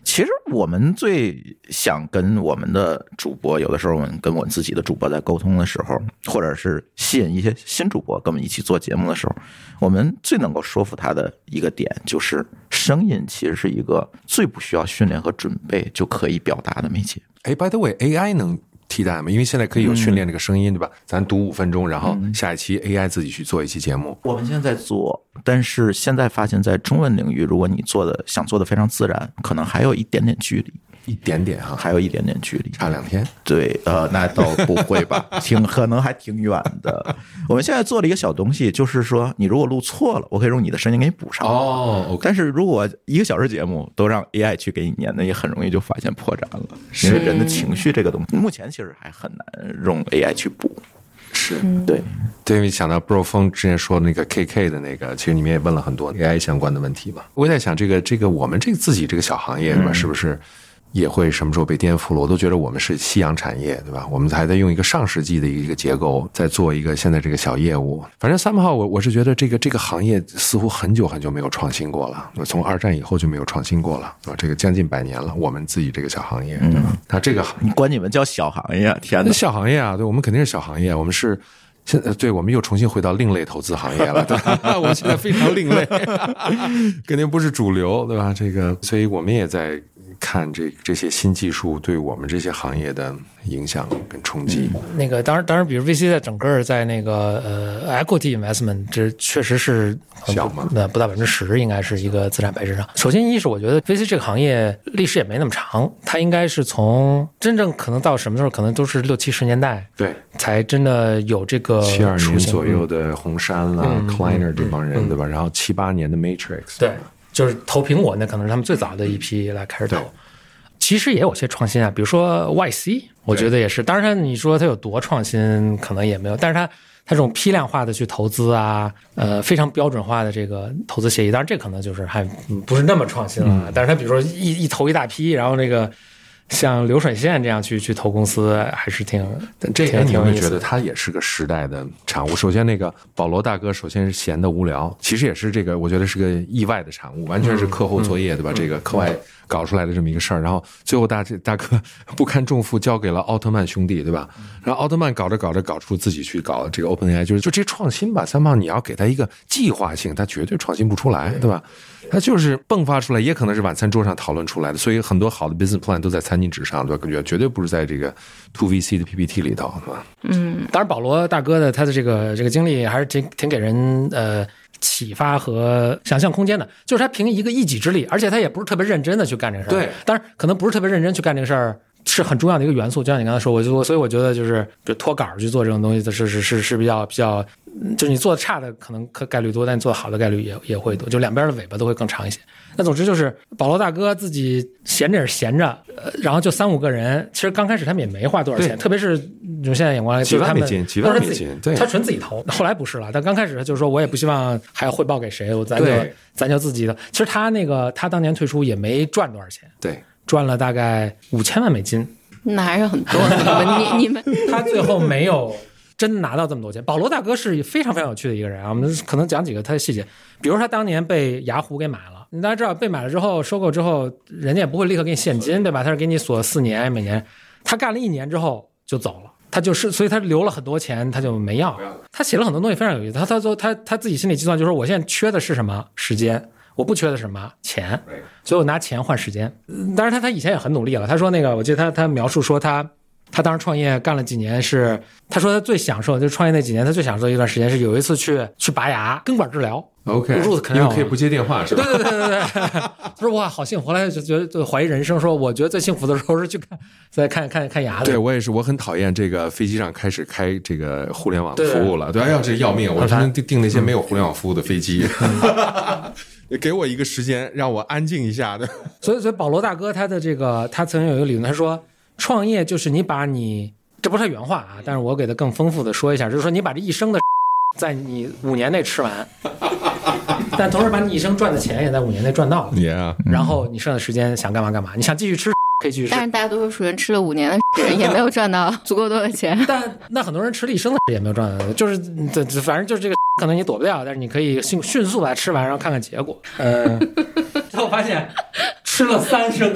其实我们最想跟我们的主播，有的时候我们跟我们自己的主播在沟通的时候，或者是吸引一些新主播跟我们一起做节目的时候，我们最能够说服他的一个点就是声音其实是一个最不需要训练和准备就可以表达的媒介。 哎 ，by the way，A I 能替代吗？因为现在可以有训练这个声音，嗯、对吧？咱读五分钟，然后下一期 A I 自己去做一期节目。 我们现在做，但是现在发现，在中文领域，如果你做的想做的非常自然，可能还有一点点距离。 一点点哈， 还有一点点距离， 差两天。 对，呃，那倒不会吧，挺可能还挺远的。我们现在做了一个小东西，就是说，你如果录错了，我可以用你的声音给你补上。 哦、okay 但是如果一个小时节目都让 A I 去给你念，那也很容易就发现破绽了。因为人的情绪这个东西，目前其实还很难用 A I 去补。 是对， 对，因为想到 Bro 峰之前说那个 K K 的那个，其实你们也问了很多 A I 相关的问题嘛。我在想，这个这个我们这个自己这个小行业，对吧？嗯、是不是？也会什么时候被颠覆了？我都觉得我们是夕阳产业，对吧？我们还在用一个上世纪的一个结构，在做一个现在这个小业务。反正三号，我我是觉得这个这个行业似乎很久很久没有创新过了，从二战以后就没有创新过了，这个将近百年了。我们自己这个小行业，对吧？那、嗯、这个你管你们叫小行业？天哪， 小行业啊！对，我们肯定是小行业，我们是。现在对我们又重新回到另类投资行业了，对吧？我现在非常另类，肯定不是主流，对吧？这个，所以我们也在看这这些新技术对我们这些行业的影响跟冲击。 嗯、那个当然，当然，比如 V C 在整个在那个呃 equity investment， 这确实是小嘛， 那不到百分之十，应该是一个资产配置上。首先一是我觉得 V C 这个行业历史也没那么长，它应该是从真正可能到什么时候，可能都是六七十年代， 对， 才真的有这个七二年左右的红杉啦、嗯、Kleiner 这帮人，嗯、对吧？然后七八年的 Matrix， 对。就是投苹果，那可能是他们最早的一批来开始投。其实也有些创新啊，比如说 Y C， 我觉得也是。当然，你说它有多创新，可能也没有。但是它它这种批量化的去投资啊，呃，非常标准化的这个投资协议，当然这可能就是还不是那么创新了。嗯、但是它比如说一一投一大批，然后这个。像流水线这样去去投公司还是挺， 但这个你会觉得它也是个时代的产物。首先，那个保罗大哥，首先是闲的无聊，其实也是这个，我觉得是个意外的产物，完全是课后作业，嗯、对吧？嗯、这个课外搞出来的这么一个事儿，然后最后大大哥不堪重负交给了奥特曼兄弟，对吧？然后奥特曼搞着搞着搞出自己去搞这个 OpenAI， 就是就这创新吧，三胖你要给他一个计划性，他绝对创新不出来，对吧？它就是迸发出来，也可能是晚餐桌上讨论出来的，所以很多好的 business plan 都在餐巾纸上，对吧？感觉绝对不是在这个 two V C 的 P P T 里头，是吧？ 嗯，当然，保罗大哥的他的这个这个经历还是挺挺给人呃启发和想象空间的，就是他凭一个一己之力，而且他也不是特别认真的去干这个事儿。 对， 当然可能不是特别认真去干这个事儿。是很重要的一个元素，就像你刚才说，我就所以我觉得就是就脱稿去做这种东西，是是是是比较比较，就是你做的差的可能概率多，但你做的好的概率也也会多，就两边的尾巴都会更长一些。那总之就是保罗大哥自己闲着也是闲着，呃，然后就三五个人，其实刚开始他们也没花多少钱，特别是用现在眼光来， 几万美金，几万美金，对， 他纯自己投，后来不是了，但刚开始就是说我也不希望还要汇报给谁，我咱就咱就自己的。其实他那个他当年退出也没赚多少钱， 对。 赚了大概五千万美金， 那还是很多的。你你们， 他最后没有真拿到这么多钱。保罗大哥是非常非常有趣的一个人啊，我们可能讲几个他的细节，比如他当年被雅虎给买了，大家知道被买了之后，收购之后，人家也不会立刻给你现金，对吧？他是给你锁四年，每年，他干了一年之后就走了。他就是，所以他留了很多钱，他就没要。他写了很多东西，非常有意思。他他说他他自己心里计算，就是我现在缺的是什么时间。我不缺的什么钱，所以我拿钱换时间。当然他他以前也很努力了。他说那个，我记得他他描述说他他当时创业干了几年是，是他说他最享受就是创业那几年，他最享受的一段时间是有一次去去拔牙根管治疗。 OK， 因为可以不接电话是吧？ 对对对对对。他说哇好幸福，后来就觉得就怀疑人生，说我觉得最幸福的时候是去看在看看看牙的。 对我也是，我很讨厌这个飞机上开始开这个互联网服务了。对，哎呀这要命！我只能订那些没有互联网服务的飞机。给我一个时间让我安静一下的。 所以所以保罗大哥他的这个他曾经有一个理论，他说创业就是你把你，这不是他原话啊，但是我给他更丰富的说一下，就是说你把这一生的在你五年内吃完，但同时把你一生赚的钱也在五年内赚到了。 Yeah， 然后你剩下的时间想干嘛干嘛，你想继续吃可以继续吃。 但是大多数人吃了五年的人也没有赚到足够多的钱。 但那很多人吃了一生的也没有赚到，就是反正就是这个可能你躲不掉，但是你可以迅迅速把它吃完，然后看看结果。嗯，最后发现吃了三升的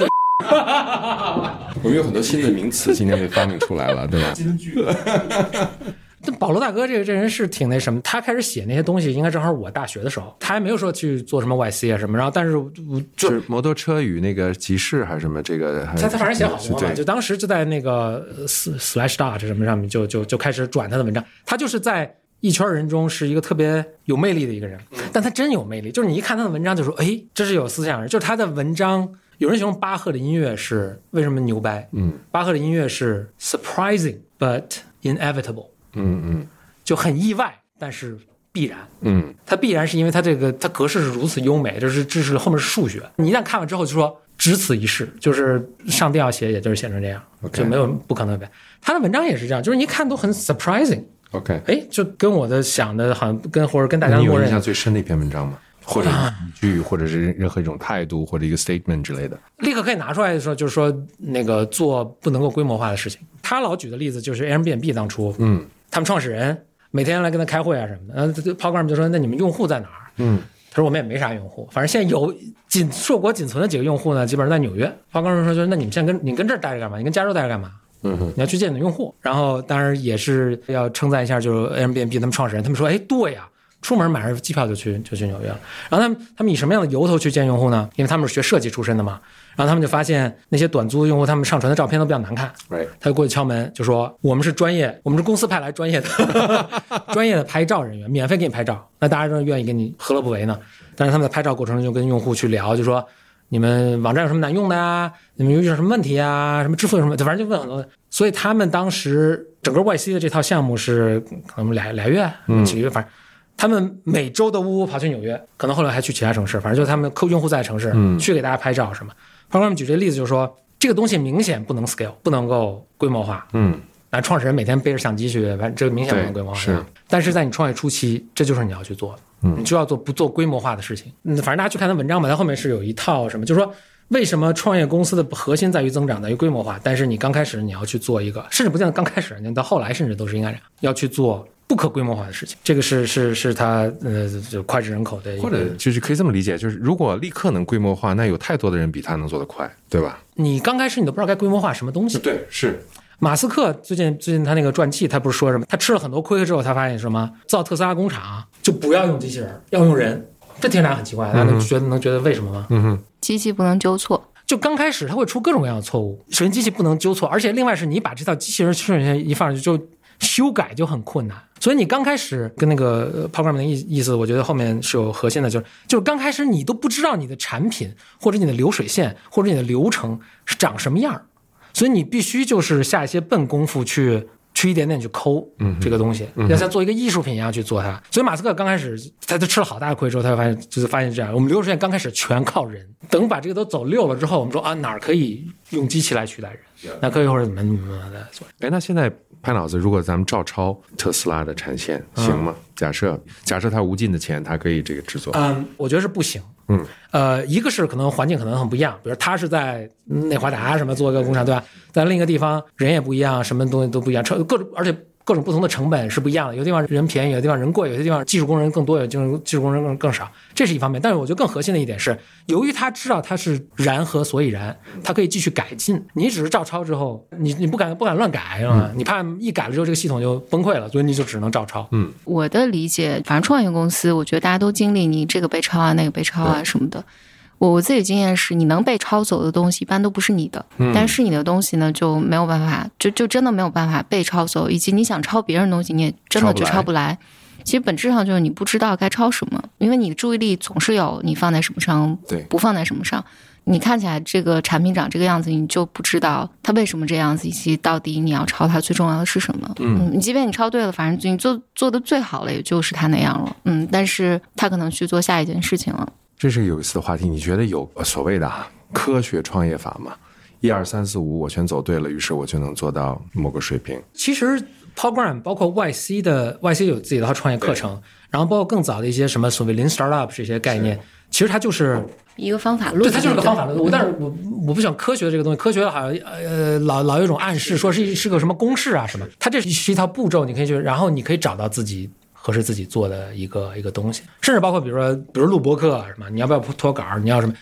我们有很多新的名词今天被发明出来了，对吧？ 金句。 这保罗大哥这个这人是挺那什么，他开始写那些东西，应该正好我大学的时候，他还没有说去做什么 Y C 啊什么，然后但是就是摩托车与那个集市还是什么这个， 他他反正写好多嘛，就当时就在那个 Slash Dot 什么上面就就就开始转他的文章，他就是在一圈人中是一个特别有魅力的一个人，但他真有魅力，就是你一看他的文章就说，哎，这是有思想人，就是他的文章。有人形容巴赫的音乐是为什么牛掰？嗯，巴赫的音乐是 surprising but inevitable。嗯嗯，就很意外，但是必然。嗯，它必然是因为它这个它格式是如此优美，这是这是后面是数学。你一旦看完之后就说只此一事，就是上帝要写，也就是写成这样， okay. 就没有不可能的。他的文章也是这样，就是你一看都很 surprising。OK， 哎，就跟我的想的好像跟或者跟大家默认。 你有印象最深的一篇文章吗？或者一句，或者是任何一种态度，或者一个 statement 之类的， 立刻可以拿出来的时候，就是说那个做不能够规模化的事情。他老举的例子就是 Airbnb 当初，嗯，他们创始人每天来跟他开会啊什么的，然后 Paul Graham 就说：“那你们用户在哪儿？”嗯，他说：“我们也没啥用户，反正现在有仅硕果仅存的几个用户呢，基本上在纽约。”Paul Graham 说：“就是那你们现在跟你跟这儿待着干嘛？你跟加州待着干嘛？”嗯哼，你要去见你的用户。然后当然也是要称赞一下，就是 Airbnb 他们创始人，他们说：“哎，对呀。”出门买上机票就去就去纽约了，然后他们他们以什么样的由头去见用户呢？因为他们是学设计出身的嘛，然后他们就发现那些短租用户他们上传的照片都比较难看， right. 他就过去敲门就说我们是专业，我们是公司派来专业的专业的拍照人员，免费给你拍照，那大家都愿意给你何乐不为呢？但是他们在拍照过程中就跟用户去聊，就说你们网站有什么难用的啊？你们遇到什么问题啊？什么支付有什么？反正就问很多。所以他们当时整个 Y C 的这套项目是可能俩俩月几个月，反正。他们每周都呜呜跑去纽约，可能后来还去其他城市，反正就是他们客用户在城市、嗯、去给大家拍照什么。他们举这个例子就是说，这个东西明显不能 scale， 不能够规模化。嗯，那创始人每天背着相机去，反正这个明显不能规模化。 是， 但是在你创业初期，这就是你要去做的，嗯，你就要做不做规模化的事情。嗯，反正大家去看他文章吧，他后面是有一套什么，就是说为什么创业公司的核心在于增长，在于规模化，但是你刚开始你要去做一个，甚至不见得刚开始，你到后来甚至都是应该这样，要去做。不可规模化的事情，这个是是是他呃就脍炙人口的一个， 或者就是可以这么理解，就是如果立刻能规模化，那有太多的人比他能做得快，对吧？ 你刚开始你都不知道该规模化什么东西。 对，是。 马斯克最近最近他那个传记，他不是说什么？他吃了很多亏之后，他发现什么？造特斯拉工厂就不要用机器人，要用人。这听起来很奇怪，大家能觉得、嗯、能觉得为什么吗？ 嗯哼， 机器不能纠错。 就刚开始它会出各种各样的错误，首先机器不能纠错，而且另外是你把这套机器人顺序一放上去就修改就很困难。所以你刚开始跟那个 Paul Graham 的意意思，我觉得后面是有核心的，就是就是刚开始你都不知道你的产品或者你的流水线或者你的流程是长什么样，所以你必须就是下一些笨功夫去去一点点去抠这个东西，要像做一个艺术品一样去做它。所以马斯克刚开始他就吃了好大的亏之后，他就发现就是发现这样，我们流水线刚开始全靠人，等把这个都走溜了之后，我们说啊哪儿可以用机器来取代人，那可以或者怎么怎么的做。 哎，那现在拍脑子，如果咱们照抄特斯拉的产线行吗？嗯、假设假设它无尽的钱，它可以这个制作？ 嗯，我觉得是不行。嗯，呃，一个是可能环境可能很不一样，比如他是在内华达什么做一个工厂，对吧？在另一个地方人也不一样，什么东西都不一样，各种而且各种不同的成本是不一样的。有的地方人便宜，有的地方人贵，有些地方技术工人更多，有的地方技术工人更更少，这是一方面。但是我觉得更核心的一点是，由于他知道他是然和所以然，他可以继续改进。你只是照抄之后，你你不敢不敢乱改啊、嗯，你怕一改了之后这个系统就崩溃了，所以你就只能照抄。嗯， 我的理解，反正创业公司，我觉得大家都经历你这个被抄啊，那个被抄啊什么的。我我自己经验是，你能被抄走的东西一般都不是你的，嗯、但是你的东西呢就没有办法，就就真的没有办法被抄走，以及你想抄别人的东西，你也真的就抄不来。其实本质上就是你不知道该抄什么，因为你的注意力总是有你放在什么上， 对， 不放在什么上。你看起来这个产品长这个样子，你就不知道它为什么这样子，以及到底你要抄它最重要的是什么。嗯，你即便你抄对了，反正你做做的最好了，也就是它那样了。嗯，但是他可能去做下一件事情了。 这是有意思的话题，你觉得有所谓的啊科学创业法吗？一二三四五我全走对了，于是我就能做到某个水平。 其实 Paul Graham 包括 Y C 的 Y C 有自己的创业课程，然后包括更早的一些什么所谓 Lean Startup 这些概念，其实它就是一个方法论， 对，它就是个方法论。我但是我我不想科学的这个东西，科学好像呃老老有一种暗示，说是是个什么公式啊什么，它这是一套步骤，你可以去，然后你可以找到自己合适自己做的一个一个东西，甚至包括比如说比如录播客啊什么，你要不要脱稿，你要什么，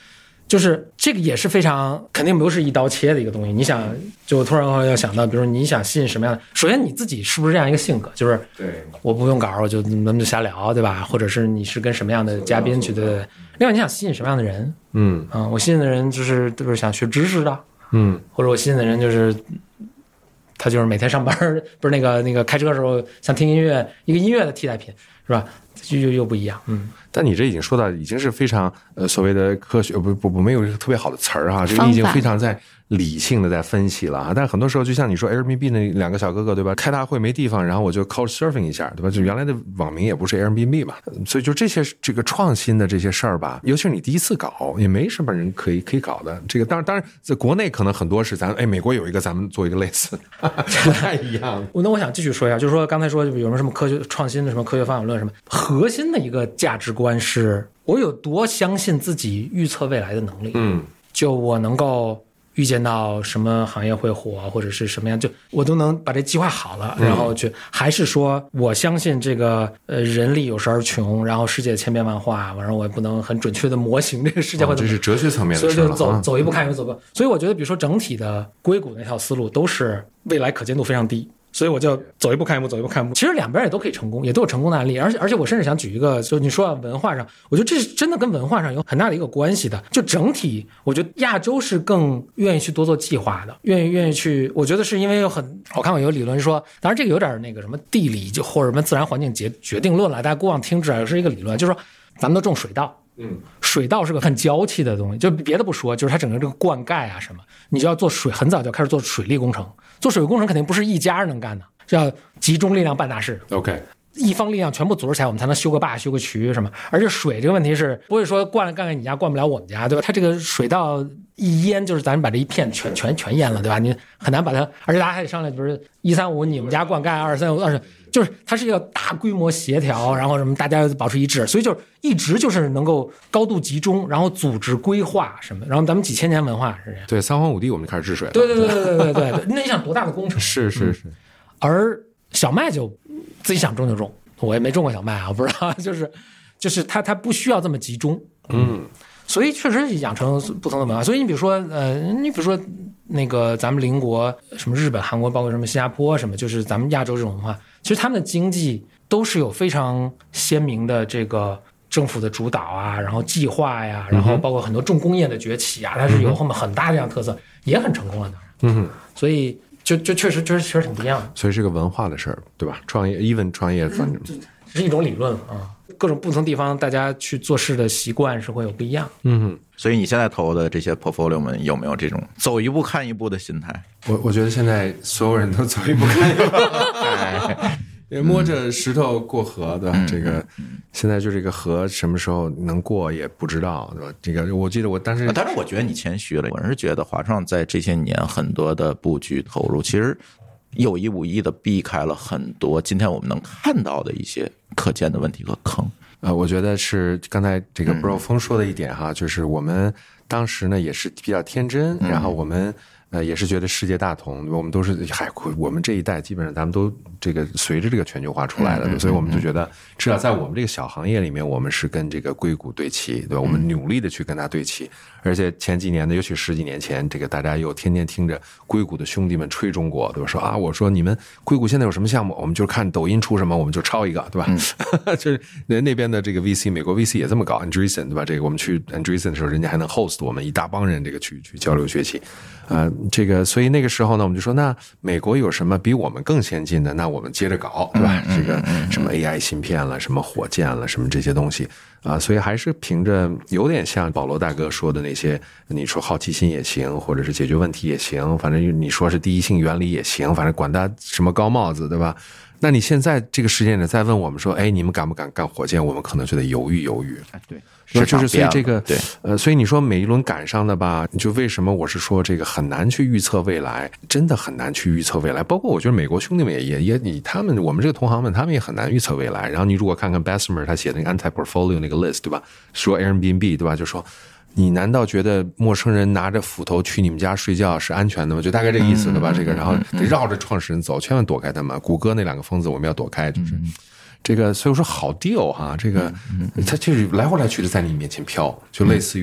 就是这个也是非常肯定不是一刀切的一个东西。你想，就突然要想到，比如你想吸引什么样的，首先你自己是不是这样一个性格，就是对， 我不用稿我就咱们就瞎聊，对吧？或者是你是跟什么样的嘉宾去，对对对。另外你想吸引什么样的人？ 嗯嗯，我吸引的人就是都是想学知识的， 嗯， 或者我吸引的人就是他就是每天上班不是那个那个开车的时候想听音乐，一个音乐的替代品，是吧？就又又不一样，嗯。 但你这已经说到已经是非常呃所谓的科学，不不不没有一个特别好的词儿哈，就你已经非常在理性的在分析了啊。但很多时候就像你说 Airbnb 那两个小哥哥对吧，开大会没地方，然后我就 Couchsurfing 一下对吧，就原来的网名也不是 Airbnb 嘛，所以就这些这个创新的这些事儿吧，尤其是你第一次搞，也没什么人可以可以搞的。这个当然当然在国内可能很多是咱哎美国有一个咱们做一个类似的，不太一样。 那我想继续说一下，就是说刚才说有没有什么科学创新的什么科学方法论什么，核心的一个价值观是我有多相信自己预测未来的能力。 嗯， 就我能够预见到什么行业会火，或者是什么样，就我都能把这计划好了，然后去，还是说我相信这个呃人力有时而穷，然后世界千变万化，然后我也不能很准确的模型这个世界会怎么、 哦、这是哲学层面的事事了， 所以就走、 啊、 走一步看一步走步。所以我觉得，比如说整体的硅谷那套思路都是未来可见度非常低。所以我就走一步看一步，走一步看一步。其实两边也都可以成功，也都有成功的案例。而且而且我甚至想举一个，就你说到文化上，我觉得这是真的跟文化上有很大的一个关系的。就整体，我觉得亚洲是更愿意去多做计划的，愿意愿意去。我觉得是因为有很，我看过有理论说，当然这个有点那个什么地理就或者什么自然环境决决定论了，大家过往听至少是一个理论，就是说咱们都种水稻。 嗯， 水稻是个很娇气的东西，就别的不说，就是它整个这个灌溉啊什么，你就要做水，很早就开始做水利工程。做水利工程肯定不是一家人能干的，是要集中力量办大事。 OK， 一方力量全部组织起来，我们才能修个坝、修个渠什么。而且水这个问题是不会说灌了干干你家，灌不了我们家，对吧？它这个水稻一淹，就是咱把这一片全全全淹了，对吧？你很难把它，而且大家还得商量，比如一三五你们家灌溉，二三五二十。就是它是一个大规模协调，然后什么大家保持一致，所以就是一直就是能够高度集中，然后组织规划什么，然后咱们几千年文化是这样。 对，三皇五帝我们就开始治水了。 对对对对对对对对，那你想多大的工程？ 是是是、嗯。 而小麦就自己想种就种，我也没种过小麦啊，我不知道，就是就是它它不需要这么集中， 嗯， 所以确实养成不同的文化。所以你比如说呃，你比如说那个咱们邻国什么日本、韩国，包括什么新加坡什么，就是咱们亚洲这种文化。其实他们的经济都是有非常鲜明的这个政府的主导啊，然后计划呀，然后包括很多重工业的崛起啊，它是有后面很大这样特色，也很成功了，当然。嗯，所以就就确实确实确实挺不一样的。 所以是个文化的事儿，对吧？创业 even 创业反正是一种理论啊，各种不同地方大家去做事的习惯是会有不一样。 嗯， 所以你现在投的这些 portfolio 们有没有这种走一步看一步的心态？ 我我觉得现在所有人都走一步看一步。也摸着石头过河，对吧？嗯、这个现在就这个河什么时候能过也不知道，对吧？这个我记得我当时， 当然我觉得你谦虚了。我是觉得华创在这些年很多的布局投入，其实有意无意的避开了很多今天我们能看到的一些可见的问题和坑。 呃，我觉得是刚才这个 Bro 峰说的一点哈，嗯、就是我们当时呢也是比较天真，嗯、然后我们。呃，也是觉得世界大同，我们都是海，我们这一代基本上咱们都这个随着这个全球化出来的，所以我们就觉得至少在我们这个小行业里面，我们是跟这个硅谷对齐，对吧？我们努力的去跟它对齐，而且前几年的，尤其十几年前，这个大家又天天听着硅谷的兄弟们吹中国，对吧？说啊，我说你们硅谷现在有什么项目，我们就看抖音出什么，我们就抄一个，对吧？嗯、就是那边的这个 V C， 美国 V C 也这么搞 ，Andreessen 对吧？这个我们去 Andreessen 的时候，人家还能 host 我们一大帮人，这个去去交流学习。呃，这个，所以那个时候呢，我们就说，那美国有什么比我们更先进的？那我们接着搞，对吧？这个什么 A I 芯片了，什么火箭了，什么这些东西啊、呃，所以还是凭着有点像保罗大哥说的那些，你说好奇心也行，或者是解决问题也行，反正你说是第一性原理也行，反正管他什么高帽子，对吧？那你现在这个时间点再问我们说，哎，你们敢不敢干火箭？我们可能就得犹豫犹豫。 对。 是就是所以这个对呃，所以你说每一轮赶上的吧，就为什么我是说这个很难去预测未来，真的很难去预测未来。包括我觉得美国兄弟们也也也以他们我们这个同行们，他们也很难预测未来。然后你如果看看 Bessemer 他写的那个 anti-portfolio 那个 list， 对吧？说 Airbnb 对吧？就说你难道觉得陌生人拿着斧头去你们家睡觉是安全的吗？就大概这个意思对吧？这个然后得绕着创始人走，千万躲开他们。谷歌那两个疯子我们要躲开，就是。这个所以说好 deal 哈，这个它就是来回来去的在你面前飘，就类似于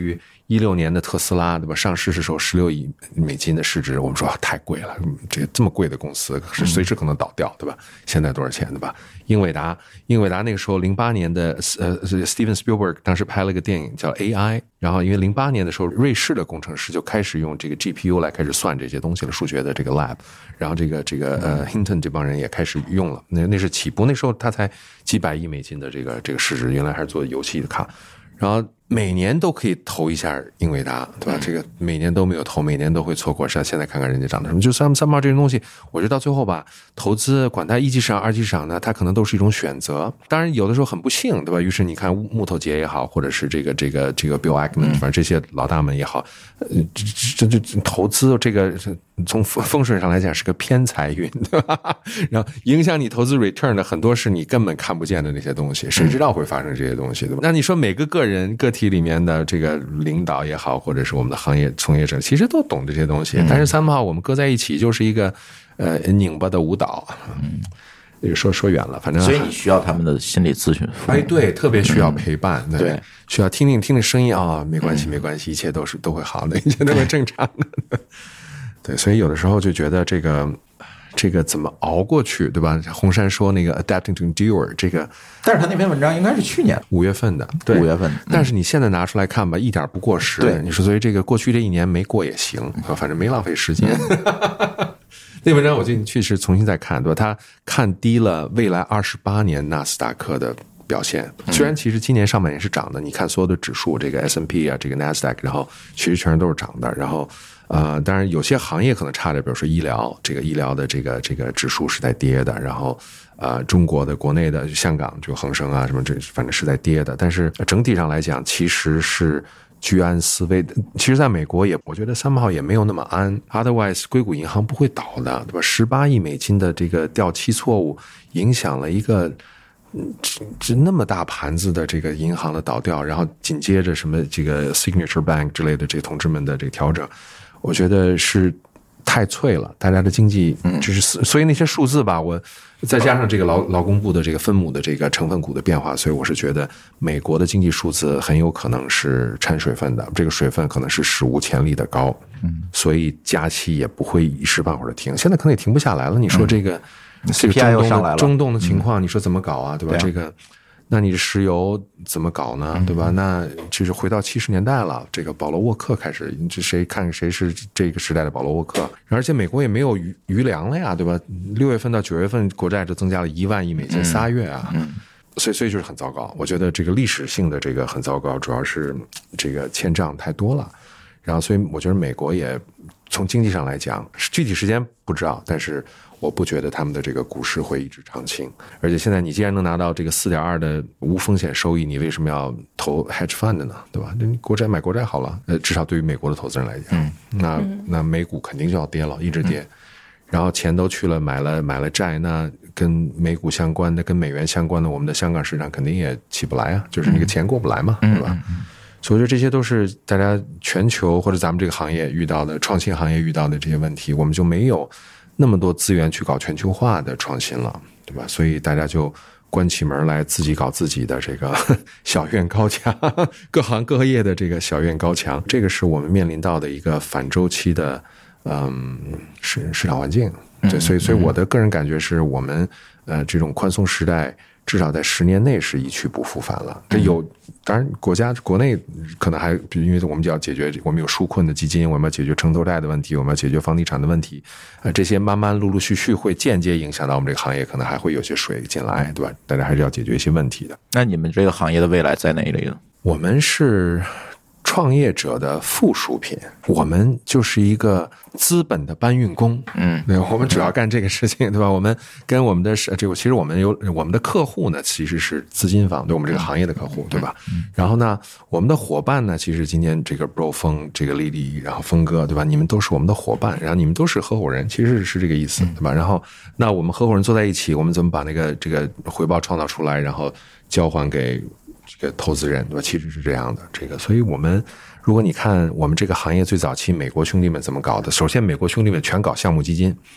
一六年的特斯拉，对吧？上市的时候十六亿美金的市值，我们说、啊、太贵了，这个这么贵的公司是随时可能倒掉，对吧？现在多少钱，对吧？英伟达，英伟达那个时候零八年的呃 Steven Spielberg 当时拍了个电影叫 A I， 然后因为零八年的时候，瑞士的工程师就开始用这个 G P U 来开始算这些东西了，数学的这个 lab， 然后这个这个呃 Hinton 这帮人也开始用了，那那是起步，那时候他才几百亿美金的这个这个市值，原来还是做游戏的卡，然后每年都可以投一下英伟达，对吧？这个每年都没有投，每年都会错过。现在看看人家涨的什么，就三三毛这种东西，我觉得到最后吧，投资管它一级市场、二级市场呢，它可能都是一种选择。当然，有的时候很不幸，对吧？于是你看木头姐也好，或者是这个这个这个 Bill Ackman， 反正这些老大们也好，呃，这这这投资这个从风水上来讲是个偏财运，对吧？然后影响你投资 return 的很多是你根本看不见的那些东西，谁知道会发生这些东西，对吧？那你说每个个人个体里面的这个领导也好，或者是我们的行业从业者，其实都懂这些东西，但是三号我们搁在一起就是一个呃拧巴的舞蹈。嗯，这个说说远了，反正所以你需要他们的心理咨询服务。 哎，对，特别需要陪伴， 嗯、对， 需要听听听听声音啊、哦，没关系，没关系，一切都是都会好的，一切都会正常的。对，所以有的时候就觉得这个这个怎么熬过去，对吧？洪山说那个 adapting to endure 这个， 但是他那篇文章应该是去年五月份的， 对，五月份。 但是你现在拿出来看吧，一点不过时。 对， 你说，所以这个过去这一年没过也行，反正没浪费时间。那文章我进去是重新再看，对吧？他看低了未来二十八年纳斯达克的表现，虽然其实今年上半年是涨的，你看所有的指数，这个 S and P 啊，这个 NASDAQ， 然后其实全都是涨的，然后。呃，当然有些行业可能差点，比如说医疗，这个医疗的这个这个指数是在跌的，然后呃，中国的国内的香港就恒生啊什么这反正是在跌的，但是整体上来讲其实是居安思危的。其实在美国也，我觉得三号也没有那么安 ，otherwise 硅谷银行不会倒的，对吧？十八亿美金的这个掉期错误影响了一个。这这那么大盘子的这个银行的倒掉，然后紧接着什么这个 Signature Bank 之类的这个同志们的这个调整，我觉得是太脆了，大家的经济就是所以那些数字吧，我再加上这个劳劳工部的这个分母的这个成分股的变化，所以我是觉得美国的经济数字很有可能是掺水分的，这个水分可能是史无前例的高，所以加息也不会一时半会儿的停，现在可能也停不下来了。你说这个。这个 C P I 又上来了， 中东的情况，你说怎么搞啊？对吧？这个，那你的石油怎么搞呢？对吧？那就是回到七十年代了。这个保罗沃克开始，这谁看谁是这个时代的保罗沃克？而且美国也没有余余粮了呀，对吧？六月份到九月份，国债就增加了一万亿美金，仨月啊。嗯。所以，所以就是很糟糕。我觉得这个历史性的这个很糟糕，主要是这个欠账太多了。然后，所以我觉得美国也从经济上来讲，具体时间不知道，但是。我不觉得他们的这个股市会一直长青，而且现在你既然能拿到这个 四点二 的无风险收益，你为什么要投 hedge fund 呢？对吧？国债买国债好了，呃，至少对于美国的投资人来讲，嗯、那那美股肯定就要跌了，一直跌，嗯、然后钱都去了买了买了债，那跟美股相关的、跟美元相关的，我们的香港市场肯定也起不来啊，就是那个钱过不来嘛，对吧？嗯嗯所以说这些都是大家全球或者咱们这个行业遇到的创新行业遇到的这些问题，我们就没有。那么多资源去搞全球化的创新了，对吧？所以大家就关起门来自己搞自己的这个小院高墙，各行各业的这个小院高墙，这个是我们面临到的一个反周期的嗯市市场环境。对，所以所以我的个人感觉是我们呃这种宽松时代。至少在十年内是一去不复返了。这有，当然国家国内可能还，因为我们就要解决，我们有纾困的基金，我们要解决城投债的问题，我们要解决房地产的问题，呃，这些慢慢陆陆续续会间接影响到我们这个行业，可能还会有些水进来，对吧？大家还是要解决一些问题的。 那你们这个行业的未来在哪里呢？ 我们是创业者的附属品，我们就是一个资本的搬运工。嗯，对，我们主要干这个事情，对吧？我们跟我们的这个，其实我们有我们的客户呢，其实是资金方，对我们这个行业的客户，对吧？然后呢，我们的伙伴呢，其实今天这个 Bro 峰、这个丽丽，然后峰哥，对吧？你们都是我们的伙伴，然后你们都是合伙人，其实是这个意思，对吧？然后，那我们合伙人坐在一起，我们怎么把那个这个回报创造出来，然后交还给这个投资人，对吧？其实是这样的，这个，所以我们如果你看我们这个行业最早期美国兄弟们怎么搞的，首先美国兄弟们全搞项目基金，嗯，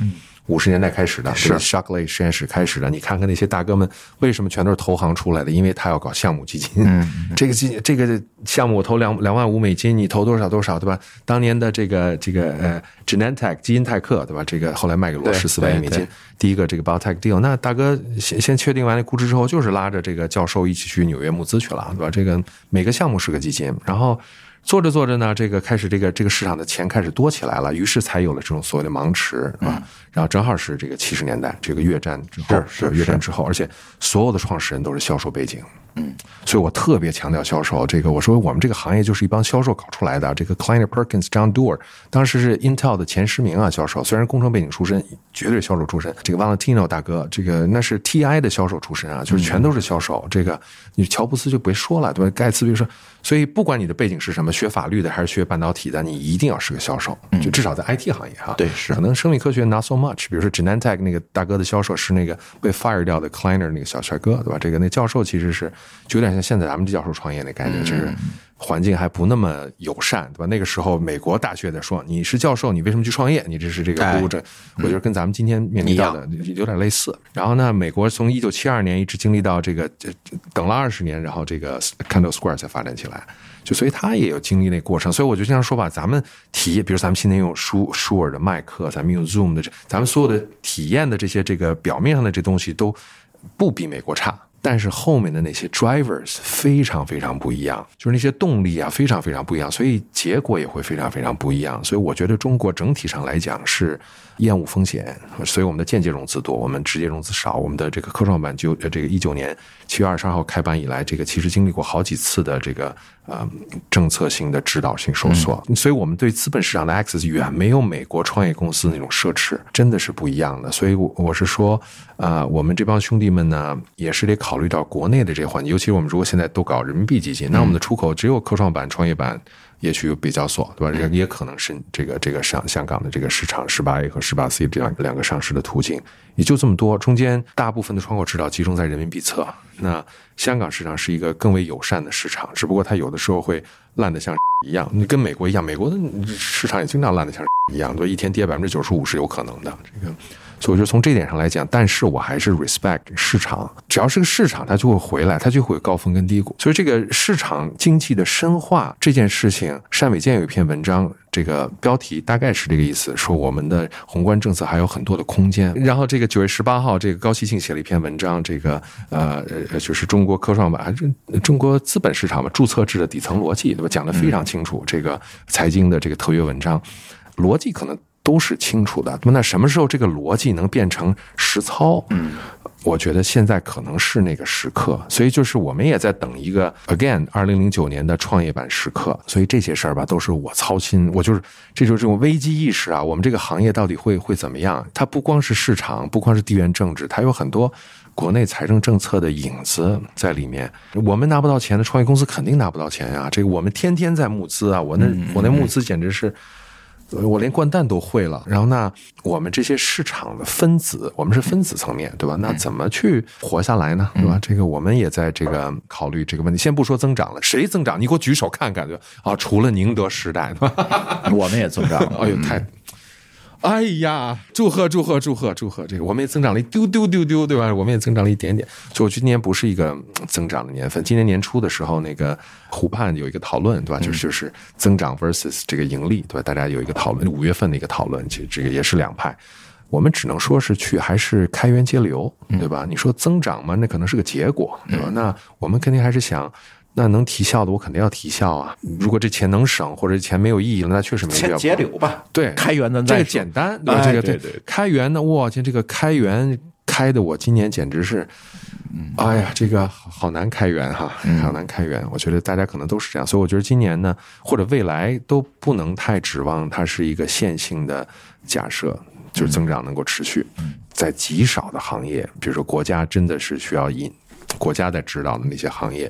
五十年代开始的， 是 Shockley 实验室开始的。你看看那些大哥们为什么全都是投行出来的？因为他要搞项目基金。嗯，这个基这个项目我投两两万五美金，你投多少多少，对吧？当年的这个这个呃 Genentech 基因泰克，对吧？这个后来卖给罗十四万亿美金，第一个这个 Biotech deal。那大哥先先确定完那估值之后，就是拉着这个教授一起去纽约募资去了，对吧？这个每个项目是个基金，然后。做着做着呢，这个开始这个这个市场的钱开始多起来了，于是才有了这种所谓的盲池啊。然后正好是这个七十年代，这个越战之后， 是越战之后，而且所有的创始人都是销售背景。嗯，所以我特别强调销售。这个我说我们这个行业就是一帮销售搞出来的。这个 Kleiner Perkins、John Doerr 当时是 Intel 的前十名啊，销售虽然工程背景出身，绝对是销售出身。这个 Valentino 大哥，这个那是 T I 的销售出身啊，就是全都是销售。嗯、这个你乔布斯就别说了，对吧？盖茨比如说，所以不管你的背景是什么，学法律的还是学半导体的，你一定要是个销售，就至少在 I T 行业哈。 对，是可能生命科学 not so much。比如说 Genentech 那个大哥的销售是那个被 fire 掉的 Kleiner 那个小帅哥，对吧？这个那教授其实是就有点像现在咱们这教授创业那概念，就是环境还不那么友善，对吧？那个时候美国大学在说你是教授，你为什么去创业？你这是这个不务正，我觉得跟咱们今天面临到的有点类似。然后呢，美国从一九七二年一直经历到这个等了二十年，然后这个 Kendall Square 才发展起来。就所以他也有经历那过程，所以我就经常说吧，咱们体验，比如咱们今天用舒舒尔的麦克，咱们用 Zoom 的这，咱们所有的体验的这些这个表面上的这东西都不比美国差。但是后面的那些 drivers 非常非常不一样，就是那些动力啊非常非常不一样，所以结果也会非常非常不一样。所以我觉得中国整体上来讲是厌恶风险，所以我们的间接融资多，我们直接融资少。我们的这个科创板就这个一九年七月二十二号开板以来，这个其实经历过好几次的这个呃政策性的指导性收缩，嗯、所以我们对资本市场的 access 远没有美国创业公司那种奢侈，真的是不一样的。所以我我是说，呃，我们这帮兄弟们呢，也是得考虑到国内的这个环境，尤其是我们如果现在都搞人民币基金，那我们的出口只有科创板、创业板。也许有北交所，对吧？也可能是这个这个上香港的这个市场十八 A 和十八 C 这样两个上市的途径，也就这么多。中间大部分的窗口指导集中在人民币侧。那香港市场是一个更为友善的市场，只不过它有的时候会烂得像一样。你跟美国一样，美国的市场也经常烂得像一样，对，一天跌百分之九十五是有可能的。这个。所以我觉得从这点上来讲，但是我还是 respect 市场，只要是个市场，它就会回来，它就会有高峰跟低谷。所以这个市场经济的深化这件事情，单伟健有一篇文章，这个标题大概是这个意思，说我们的宏观政策还有很多的空间。然后这个九月十八号，这个高希庆写了一篇文章，这个呃就是中国科创板还是中国资本市场嘛，注册制的底层逻辑，对吧？讲得非常清楚。这个财经的这个特约文章，逻辑可能。都是清楚的，那什么时候这个逻辑能变成实操？嗯，我觉得现在可能是那个时刻，所以就是我们也在等一个 again 二零零九年的创业板时刻，所以这些事儿吧都是我操心，我就是这就是这种危机意识啊，我们这个行业到底会会怎么样？它不光是市场，不光是地缘政治，它有很多国内财政政策的影子在里面。我们拿不到钱的创业公司肯定拿不到钱啊，这个我们天天在募资啊，我那我那募资简直是。我连掼蛋都会了，然后那我们这些市场的分子，我们是分子层面，对吧？那怎么去活下来呢？对吧？这个我们也在这个考虑这个问题。先不说增长了，谁增长？你给我举手看看，对吧？啊，除了宁德时代，对吧？ 我们也增长了。 哎呦，太。哎呀，祝贺祝贺祝贺祝贺！这个我们也增长了一丢丢丢丢，对吧？我们也增长了一点点。所以我觉得今年不是一个增长的年份。今年年初的时候，那个湖畔有一个讨论，对吧？就是就是增长 versus 这个盈利，对吧？大家有一个讨论，五月份的一个讨论，其实这个也是两派。我们只能说是去还是开源节流，对吧？你说增长嘛，那可能是个结果，对吧？那我们肯定还是想。那能提效的，我肯定要提效啊！如果这钱能省，或者钱没有意义了，那确实没必要。 先节流吧， 对， 开源咱这个简单，对吧？ 哎、 这个对对， 开源呢，哇天，这个开源开的我今年简直是，哎呀，这个好难开源哈，好难开源。我觉得大家可能都是这样，所以我觉得今年呢，或者未来都不能太指望它是一个线性的假设，就是增长能够持续。在极少的行业，比如说国家真的是需要引国家在指导的那些行业。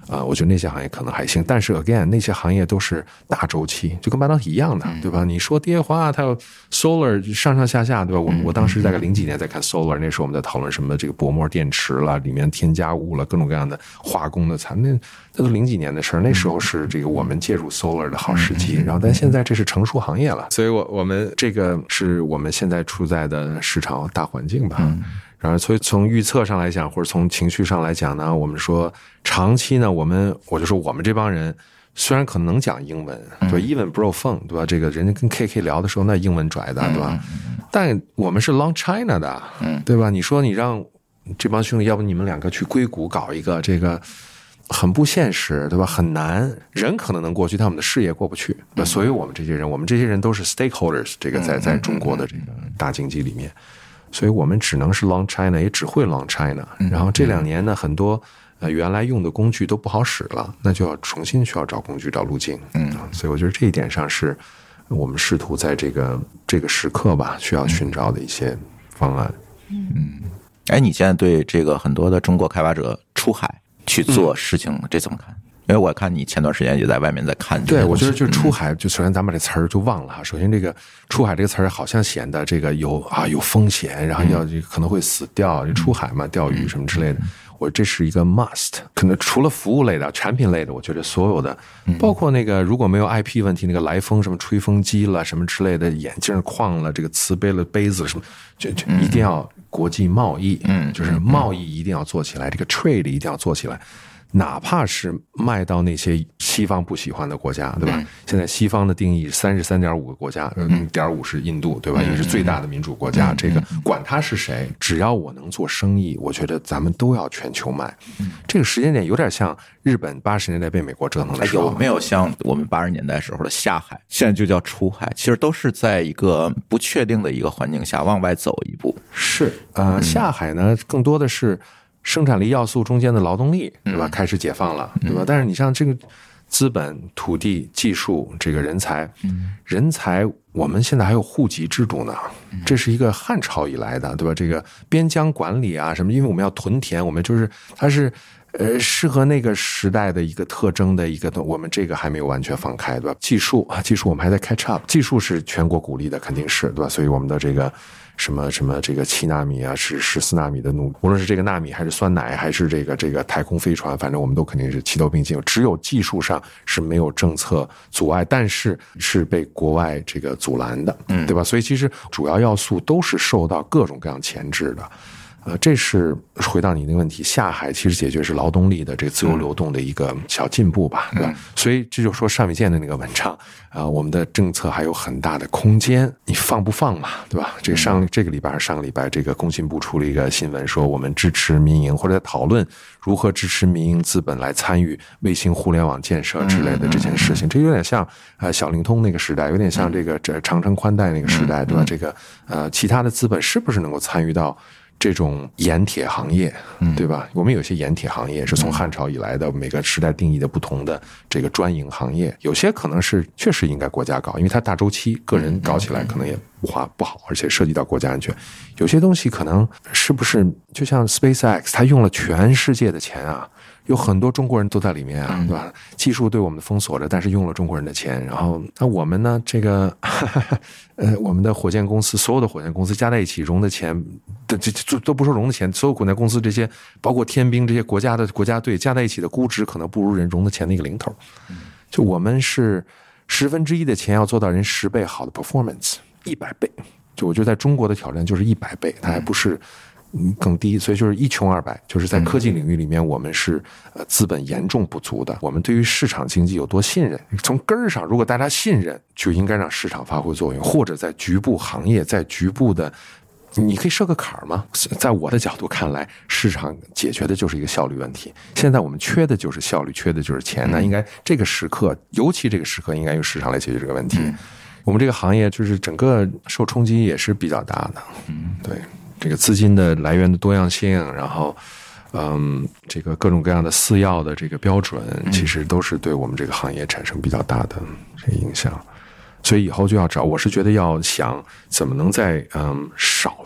啊、呃，我觉得那些行业可能还行，但是 again 那些行业都是大周期，就跟半导体一样的，对吧？你说跌滑，它有 solar 上上下下，对吧？我我当时大概零几年在看 solar， 那时候我们在讨论什么这个薄膜电池了，里面添加物了，各种各样的化工的产，那那都零几年的事儿，那时候是这个我们介入 solar 的好时机，然后但现在这是成熟行业了，所以我我们这个是我们现在处在的市场大环境吧。然后，所以从预测上来讲，或者从情绪上来讲呢，我们说长期呢，我们我就说我们这帮人虽然可能能讲英文，对吧 ，even bro phone， 对吧？这个人家跟 K K 聊的时候，那英文拽的，对吧？但我们是 long China 的，对吧？你说你让这帮兄弟，要不你们两个去硅谷搞一个这个，很不现实，对吧？很难，人可能能过去，但我们的事业过不去。对，所以我们这些人，我们这些人都是 stakeholders， 这个在在中国的这个大经济里面。所以我们只能是 long China， 也只会 long China。然后这两年呢，很多呃原来用的工具都不好使了，那就要重新需要找工具、找路径。嗯，所以我觉得这一点上是我们试图在这个这个时刻吧，需要寻找的一些方案。 嗯，哎，你现在对这个很多的中国开发者出海去做事情，嗯、这怎么看？因为我看你前段时间也在外面在看， 对，我觉得就是出海，就首先咱们把这词儿就忘了哈。首先，这个出海这个词儿好像显得这个有啊有风险，然后要可能会死掉，出海嘛，钓鱼什么之类的。我这是一个 must， 可能除了服务类的、产品类的，我觉得所有的，包括那个如果没有 I P 问题，那个来风什么吹风机了什么之类的，眼镜框了，这个瓷杯了杯子什么，就就一定要国际贸易，嗯，就是贸易一定要做起来，这个 trade 一定要做起来。哪怕是卖到那些西方不喜欢的国家，对吧？嗯、现在西方的定义三十三点五个国家，嗯，点五是印度，对吧？也是最大的民主国家。嗯、这个管他是谁，只要我能做生意，我觉得咱们都要全球卖。嗯、这个时间点有点像日本八十年代被美国折腾的时候， 有没有像我们八十年代时候的下海，现在就叫出海？其实都是在一个不确定的一个环境下往外走一步。 是，呃，下海呢，更多的是生产力要素中间的劳动力，对吧？开始解放了，对吧？但是你像这个资本、土地、技术，这个人才，人才，我们现在还有户籍制度呢，这是一个汉朝以来的，对吧？这个边疆管理啊什么，因为我们要屯田，我们就是它是呃适合那个时代的一个特征的一个，我们这个还没有完全放开，对吧？技术啊，技术我们还在 catch up， 技术是全国鼓励的，肯定是，对吧？所以我们的这个。什么什么这个七纳米啊，是十四纳米的努，无论是这个纳米还是酸奶，还是这个这个太空飞船，反正我们都肯定是齐头并进。只有技术上是没有政策阻碍，但是是被国外这个阻拦的，嗯，对吧？所以其实主要要素都是受到各种各样前置的。呃，这是回到你那个问题，下海其实解决是劳动力的这个自由流动的一个小进步吧，对吧？嗯、所以这就说单伟建的那个文章啊、呃，我们的政策还有很大的空间，你放不放嘛，对吧？这个上这个礼拜还是上个礼拜，这个工信部出了一个新闻，说我们支持民营或者在讨论如何支持民营资本来参与卫星互联网建设之类的这件事情，这有点像呃小灵通那个时代，有点像这个这长城宽带那个时代，对吧？这个呃其他的资本是不是能够参与到？这种盐铁行业，对吧？我们有些盐铁行业是从汉朝以来的，每个时代定义的不同的这个专营行业，有些可能是确实应该国家搞，因为它大周期，个人搞起来可能也不划不好，而且涉及到国家安全。有些东西可能是不是就像 SpaceX， 它用了全世界的钱啊。有很多中国人都在里面啊，对吧？技术对我们封锁着，但是用了中国人的钱。然后，那我们呢？这个，呃，我们的火箭公司，所有的火箭公司加在一起融的钱，这这都不说融的钱，所有火箭公司这些，包括天兵这些国家的国家队加在一起的估值，可能不如人融的钱的一个零头。就我们是十分之一的钱要做到人十倍好的 performance， 一百倍。就我觉得在中国的挑战就是一百倍，它还不是。更低，所以就是一穷二白，就是在科技领域里面，我们是呃资本严重不足的。我们对于市场经济有多信任？从根儿上，如果大家信任，就应该让市场发挥作用，或者在局部行业，在局部的，你可以设个坎儿吗？在我的角度看来，市场解决的就是一个效率问题。现在我们缺的就是效率，缺的就是钱。那应该这个时刻，尤其这个时刻，应该由市场来解决这个问题。我们这个行业就是整个受冲击也是比较大的。嗯，对。这个资金的来源的多样性，然后，嗯，这个各种各样的饲药的这个标准，其实都是对我们这个行业产生比较大的这个影响。所以以后就要找，我是觉得要想怎么能在嗯少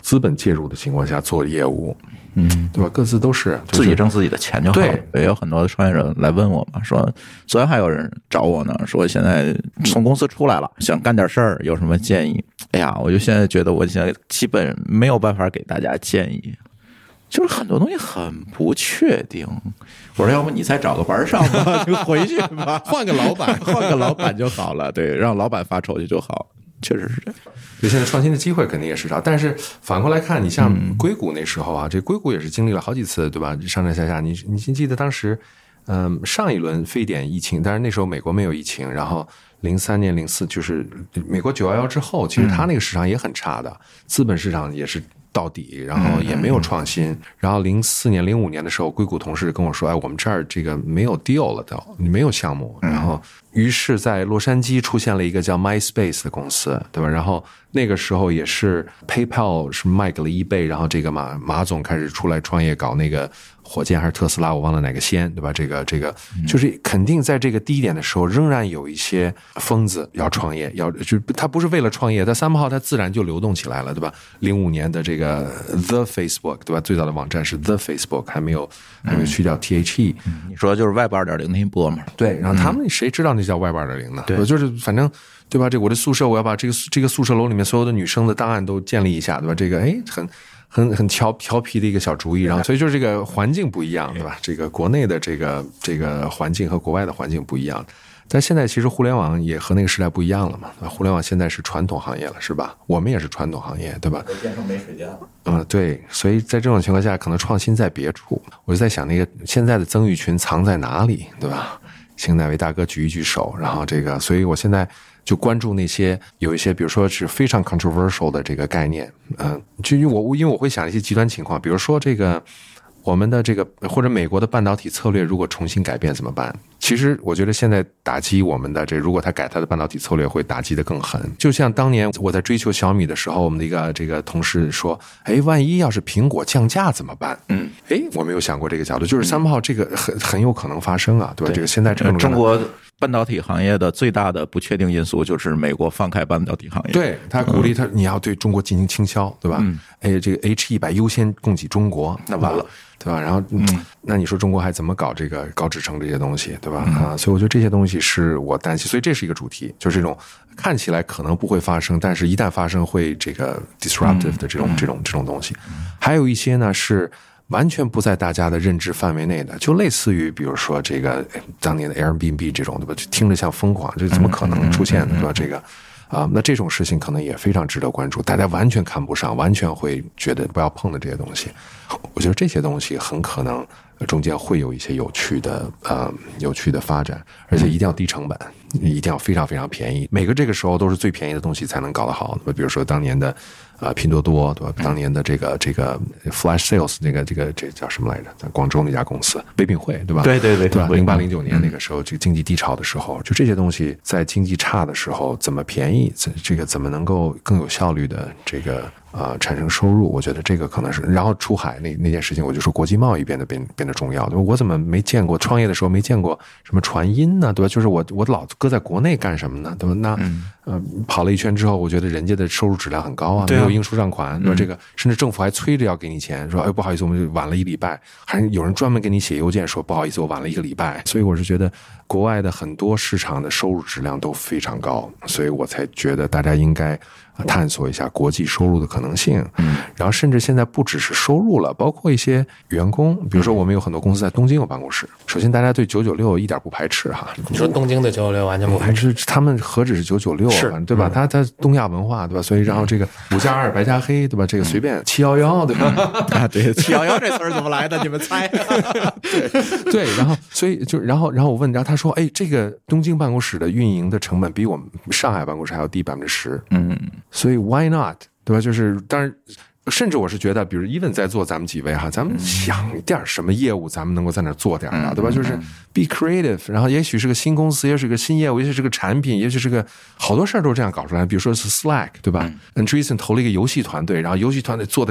资本介入的情况下做业务，嗯，对吧？各自都是、就是、 自己挣自己的钱就好了。对，也有很多的创业者来问我嘛，说昨天还有人找我呢，说现在从公司出来了，想干点事儿，有什么建议？哎呀，我就现在觉得我现在基本没有办法给大家建议。就是很多东西很不确定，我说要不你再找个班上吧，就回去吧， 换个老板， 换个老板就好了，对，让老板发愁去就好，确实是这样。 对，现在创新的机会肯定也是少，但是反过来看，你像硅谷那时候啊，嗯、这硅谷也是经历了好几次，对吧？上上下下，你你记得当时，嗯，上一轮非典疫情，但是那时候美国没有疫情，然后零三年、零四就是美国九一一之后，其实它那个市场也很差的，资本市场也是到底，然后也没有创新。然后零四年、零五年的时候，硅谷同事跟我说：“哎，我们这儿这个没有 deal 了都，没有项目。”然后，于是，在洛杉矶出现了一个叫 MySpace 的公司，对吧？然后那个时候也是 PayPal 是卖给了eBay，然后这个马马总开始出来创业，搞那个火箭还是特斯拉，我忘了哪个先，对吧？这个这个就是肯定在这个低点的时候，仍然有一些疯子要创业，要就他不是为了创业，他三号他自然就流动起来了，对吧？零五年的这个 The Facebook， 对吧？最早的网站是 The Facebook， 还没有还没有去掉 T H E。 你说就是 Web 二点零那一波嘛？ 对，然后他们谁知道那叫 Web 二点零呢？ 对， 就是反正。对吧？这我的宿舍，我要把这个这个宿舍楼里面所有的女生的档案都建立一下，对吧？这个哎，很很很调调皮的一个小主意，然后所以就是这个环境不一样，对吧？这个国内的这个这个环境和国外的环境不一样，但现在其实互联网也和那个时代不一样了嘛，对吧？互联网现在是传统行业了，是吧？我们也是传统行业，对吧？ 变成没水电了。 嗯，对，所以在这种情况下，可能创新在别处。我就在想，那个现在的曾毓群藏在哪里，对吧？请哪位大哥举一举手，然后这个，所以我现在就关注那些有一些，比如说是非常 controversial 的这个概念，嗯、呃，就因为我因为我会想一些极端情况，比如说这个我们的这个或者美国的半导体策略如果重新改变怎么办？其实我觉得现在打击我们的这，如果他改他的半导体策略，会打击得更狠。就像当年我在追求小米的时候，我们的一个这个同事说：“哎，万一要是苹果降价怎么办？”嗯，哎，我没有想过这个角度，就是三炮这个很很有可能发生啊，对吧？对，这个现在这种中国半导体行业的最大的不确定因素就是美国放开半导体行业， 对他鼓励他、嗯、你要对中国进行倾销，对吧？嗯，哎，这个 H 一百优先供给中国， 那完了。 对吧？然后，嗯，那你说中国还怎么搞这个高制程这些东西，对吧？嗯、啊，所以我觉得这些东西是我担心，所以这是一个主题，就是这种看起来可能不会发生，但是一旦发生会这个 disruptive 的这种、嗯、这种这种东西。还有一些呢是完全不在大家的认知范围内的，就类似于比如说这个当年的 Airbnb 这种，对吧？就听着像疯狂，这怎么可能出现的，对吧？这个。啊，那这种事情可能也非常值得关注，大家完全看不上，完全会觉得不要碰的这些东西，我觉得这些东西很可能中间会有一些有趣的呃有趣的发展，而且一定要低成本，一定要非常非常便宜，每个这个时候都是最便宜的东西才能搞得好。比如说当年的呃拼多多，对吧？当年的这个这个 Flash Sales 那个这个这叫什么来着？在广州那家公司唯品会，对吧？ 对对对， 对吧？零八零九年那个时候，这个经济低潮的时候，就这些东西在经济差的时候怎么便宜，这个怎么能够更有效率的这个呃产生收入？我觉得这个可能是，然后出海那那件事情，我就说国际贸易变得变变得重要。我怎么没见过创业的时候没见过什么传音呢？对吧？就是我我老搁在国内干什么呢？对吧？那、嗯、呃跑了一圈之后，我觉得人家的收入质量很高啊，没有应收账款，对吧？这个甚至政府还催着要给你钱，说哎不好意思，我们晚了一礼拜，还有人专门给你写邮件说不好意思，我晚了一个礼拜。所以我是觉得国外的很多市场的收入质量都非常高，所以我才觉得大家应该探索一下国际收入的可能性。嗯，然后甚至现在不只是收入了，包括一些员工，比如说我们有很多公司在东京有办公室。首先，大家对九九六一点不排斥哈。 你说东京的九九六完全不排斥， 他们何止是九九六啊，对吧？他他东亚文化，对吧？所以然后这个五加二白加黑，对吧？这个随便七幺幺，对吧？ 啊，对，七幺幺这词儿怎么来的？你们猜？ 对对，然后所以就然后然后我问，然后他说，哎，这个东京办公室的运营的成本比我们上海办公室还要低百分之十。嗯。所以 why not， 对吧？就是当然，甚至我是觉得，比如 even 在座咱们几位哈，咱们想一点什么业务，咱们能够在那做点的，对吧？就是 be creative， 然后也许是个新公司，也许是个新业务，也许是个产品，也许是个好多事儿都这样搞出来。比如说是 Slack， 对吧？Andreessen 投了一个游戏团队，然后游戏团队做的跟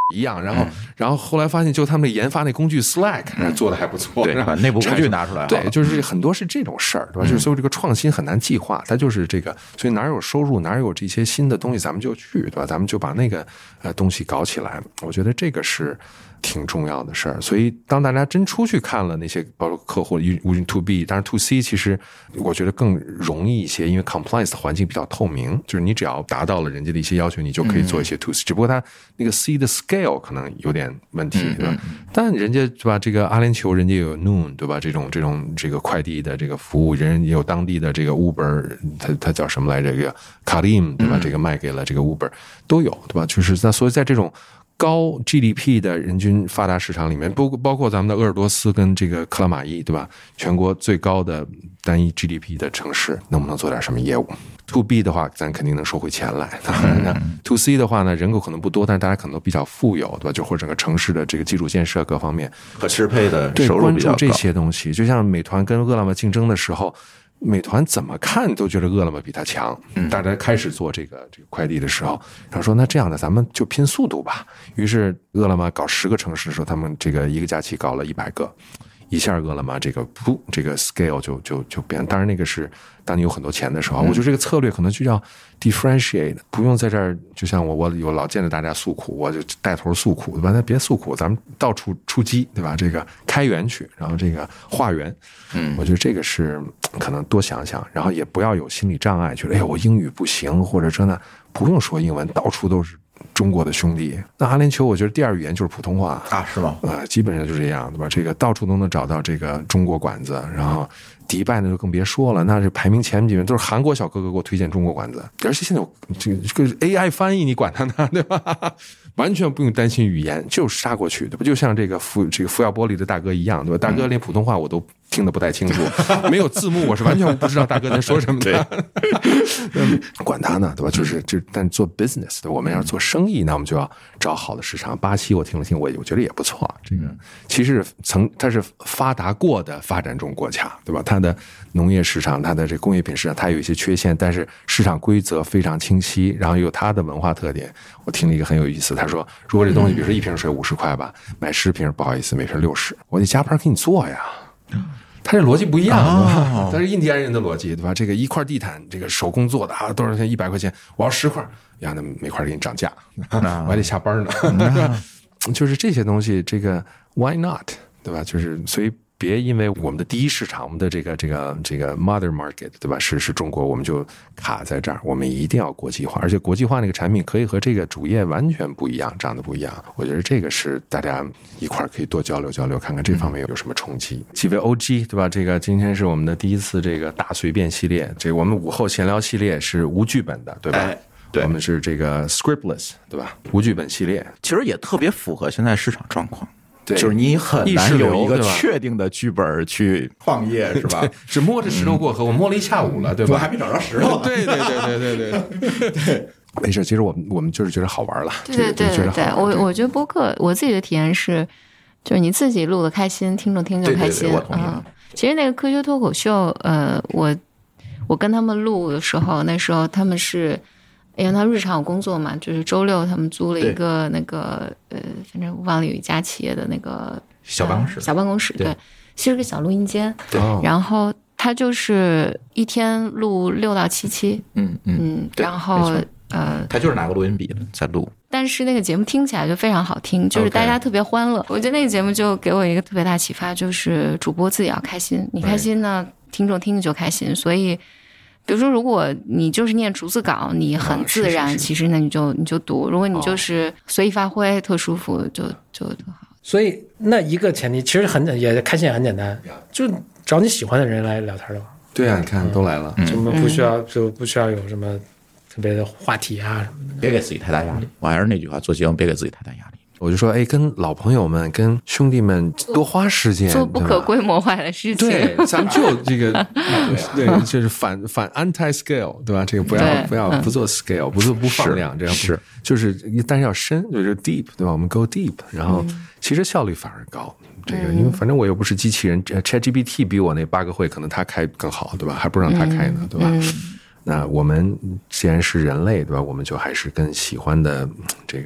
一样，然后、嗯、然后后来发现就他们研发那工具 Slack、嗯、做的还不错， 对，把内部工具拿出来， 对，就是很多是这种事儿，对吧？就是所以这个创新很难计划，它就是这个，所以哪有收入，哪有这些新的东西，咱们就去，对吧？咱们就把那个呃东西搞起来，我觉得这个是挺重要的事儿。所以当大家真出去看了那些包括客户无论 to B， 当然 to C 其实我觉得更容易一些，因为 compliance 的环境比较透明，就是你只要达到了人家的一些要求，你就可以做一些 to C、嗯、只不过它那个 C 的 scale 可能有点问题，对吧？嗯嗯、但人家对吧？这个阿联酋人家有 Noon， 对吧？这种这种这个快递的这个服务，人也有当地的这个 Uber， 它它叫什么来着？这个 Careem， 对吧？嗯、这个卖给了这个 Uber 都有，对吧？就是那所以在这种高 G D P 的人均发达市场里面，包包括咱们的鄂尔多斯跟这个克拉玛依，对吧？全国最高的单一 G D P 的城市，能不能做点什么业务 ？To B 的话，咱肯定能收回钱来。当然呢 ，To C 的话呢，人口可能不多，但是大家可能都比较富有，对吧？就或者整个城市的这个基础建设各方面可支配的收入比较高。 对，关注这些东西，就像美团跟饿了么竞争的时候。美团怎么看都觉得饿了么比它强，大家开始做这个这个快递的时候，然后说那这样的咱们就拼速度吧。于是饿了么搞十个城市的时候，他们这个一个假期搞了一百个，一下饿了么这个噗，这个 scale 就就就变。当然那个是当你有很多钱的时候，我觉得这个策略可能就叫 differentiate， 不用在这儿就像我我有老见着大家诉苦，我就带头诉苦，对吧？那别诉苦，咱们到处出击，对吧？这个开源去，然后这个化缘，嗯，我觉得这个是可能多想想，然后也不要有心理障碍，觉得哎呀我英语不行，或者真的不用说英文，到处都是中国的兄弟。那阿联酋我觉得第二语言就是普通话啊，是吗？ 呃，基本上就这样，对吧？这个到处都能找到这个中国馆子，然后迪拜呢就更别说了，那是排名前几名都是韩国小哥哥给我推荐中国馆子，而且现在有这个这个 A I 翻译，你管他呢，对吧？完全不用担心语言，就杀过去，对吧？就像这个福这个福耀玻璃的大哥一样，对吧？大哥连普通话我都听得不太清楚，没有字幕，我是完全不知道大哥在说什么的。管他呢，对吧？就是就但做 business 的，我们要做生意，那我们就要找好的市场。巴西我听了听，我我觉得也不错。这个其实曾它是发达过的发展中国家，对吧？它的农业市场，它的这工业品市场，它有一些缺陷，但是市场规则非常清晰，然后有它的文化特点。我听了一个很有意思，他说，如果这东西比如说一瓶水五十块吧，买十瓶不好意思，每瓶六十，我得加班给你做呀。他这逻辑不一样，哦、但是印第安人的逻辑，对吧？这个一块地毯，这个手工做的啊，多少钱？一百块钱，我要十块呀，那每块给你涨价，我还得下班呢。就是这些东西，这个 why not， 对吧？就是所以。别因为我们的第一市场，我们的这个这个这个 mother market， 对吧？是是中国，我们就卡在这儿。我们一定要国际化，而且国际化那个产品可以和这个主业完全不一样，长得不一样。我觉得这个是大家一块可以多交流交流，看看这方面有什么冲击。几位 O G， 对吧？这个今天是我们的第一次这个大随便系列，这个我们午后闲聊系列是无剧本的，对吧？哎对，我们是这个 scriptless， 对吧？无剧本系列， 其实也特别符合现在市场状况。就是你很难有一个确定的剧本去创业，是吧？ 是摸着石头过河，我摸了一下午了，对吧？ 我还没找着石头。 对对对对对对对，没事。其实我们我们就是觉得好玩了。 对对对对对，我我觉得播客我自己的体验是，就是你自己录的开心，听众听就开心。嗯，其实那个科学脱口秀，呃，我我跟他们录的时候，那时候他们是。因为他日常有工作嘛，就是周六他们租了一个那个呃，反正忘了有一家企业的那个小办公室，呃、 小办公室，对，对其实个小录音间，对。然后他就是一天录六到七期， 嗯嗯嗯，然后呃， 他就是拿个录音笔在录， 但是那个节目听起来就非常好听，就是大家特别欢乐。Okay. 我觉得那个节目就给我一个特别大启发，就是主播自己要开心，你开心呢，听众听着就开心，所以。比如说，如果你就是念逐字稿，你很自然，哦、是是是其实呢，你就你就读；如果你就是随意发挥，哦、特舒服，就就特好。 所以那一个前提其实很也开心也很简单，就找你喜欢的人来聊天就好。 对啊，你看都来了， 就不需要就不需要有什么特别的话题啊什么的， 别给自己太大压力。我还是那句话，做节目别给自己太大压力。 我就说，哎，跟老朋友们、跟兄弟们多花时间， 做不可规模化的事情。 对，咱们就这个，对，就是反反 anti scale， 对吧？这个不要不要不做 scale， 不做不放量，这样是就是，但是要深，就是 deep， 对吧？我们 go deep， 然后其实效率反而高。这个，因为反正我又不是机器人 ，ChatGPT 比我那八个会可能他开更好，对吧？还不让他开呢，对吧？那我们既然是人类，对吧？我们就还是跟喜欢的这个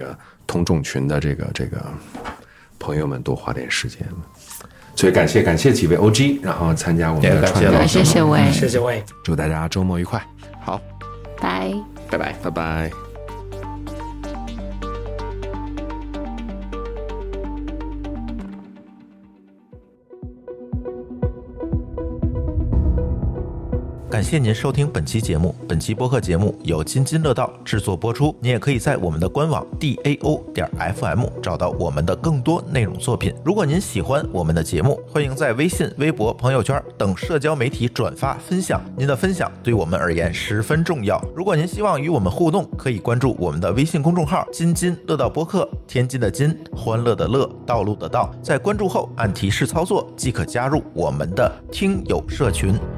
同种群的这个这个朋友们多花点时间。所以感谢感谢几位 O G， 然后参加我们的感谢了， 谢谢魏， 谢谢魏， 祝大家周末愉快， 好， 拜拜拜拜拜。 感谢您收听本期节目。本期播客节目由津津乐道制作播出。你也可以在我们的官网 D A O 点 F M 找到我们的更多内容作品。如果您喜欢我们的节目，欢迎在微信、微博、朋友圈等社交媒体转发分享。您的分享对我们而言十分重要。如果您希望与我们互动，可以关注我们的微信公众号“津津乐道播客”，天津的津，欢乐的乐，道路的道。在关注后按提示操作，即可加入我们的听友社群。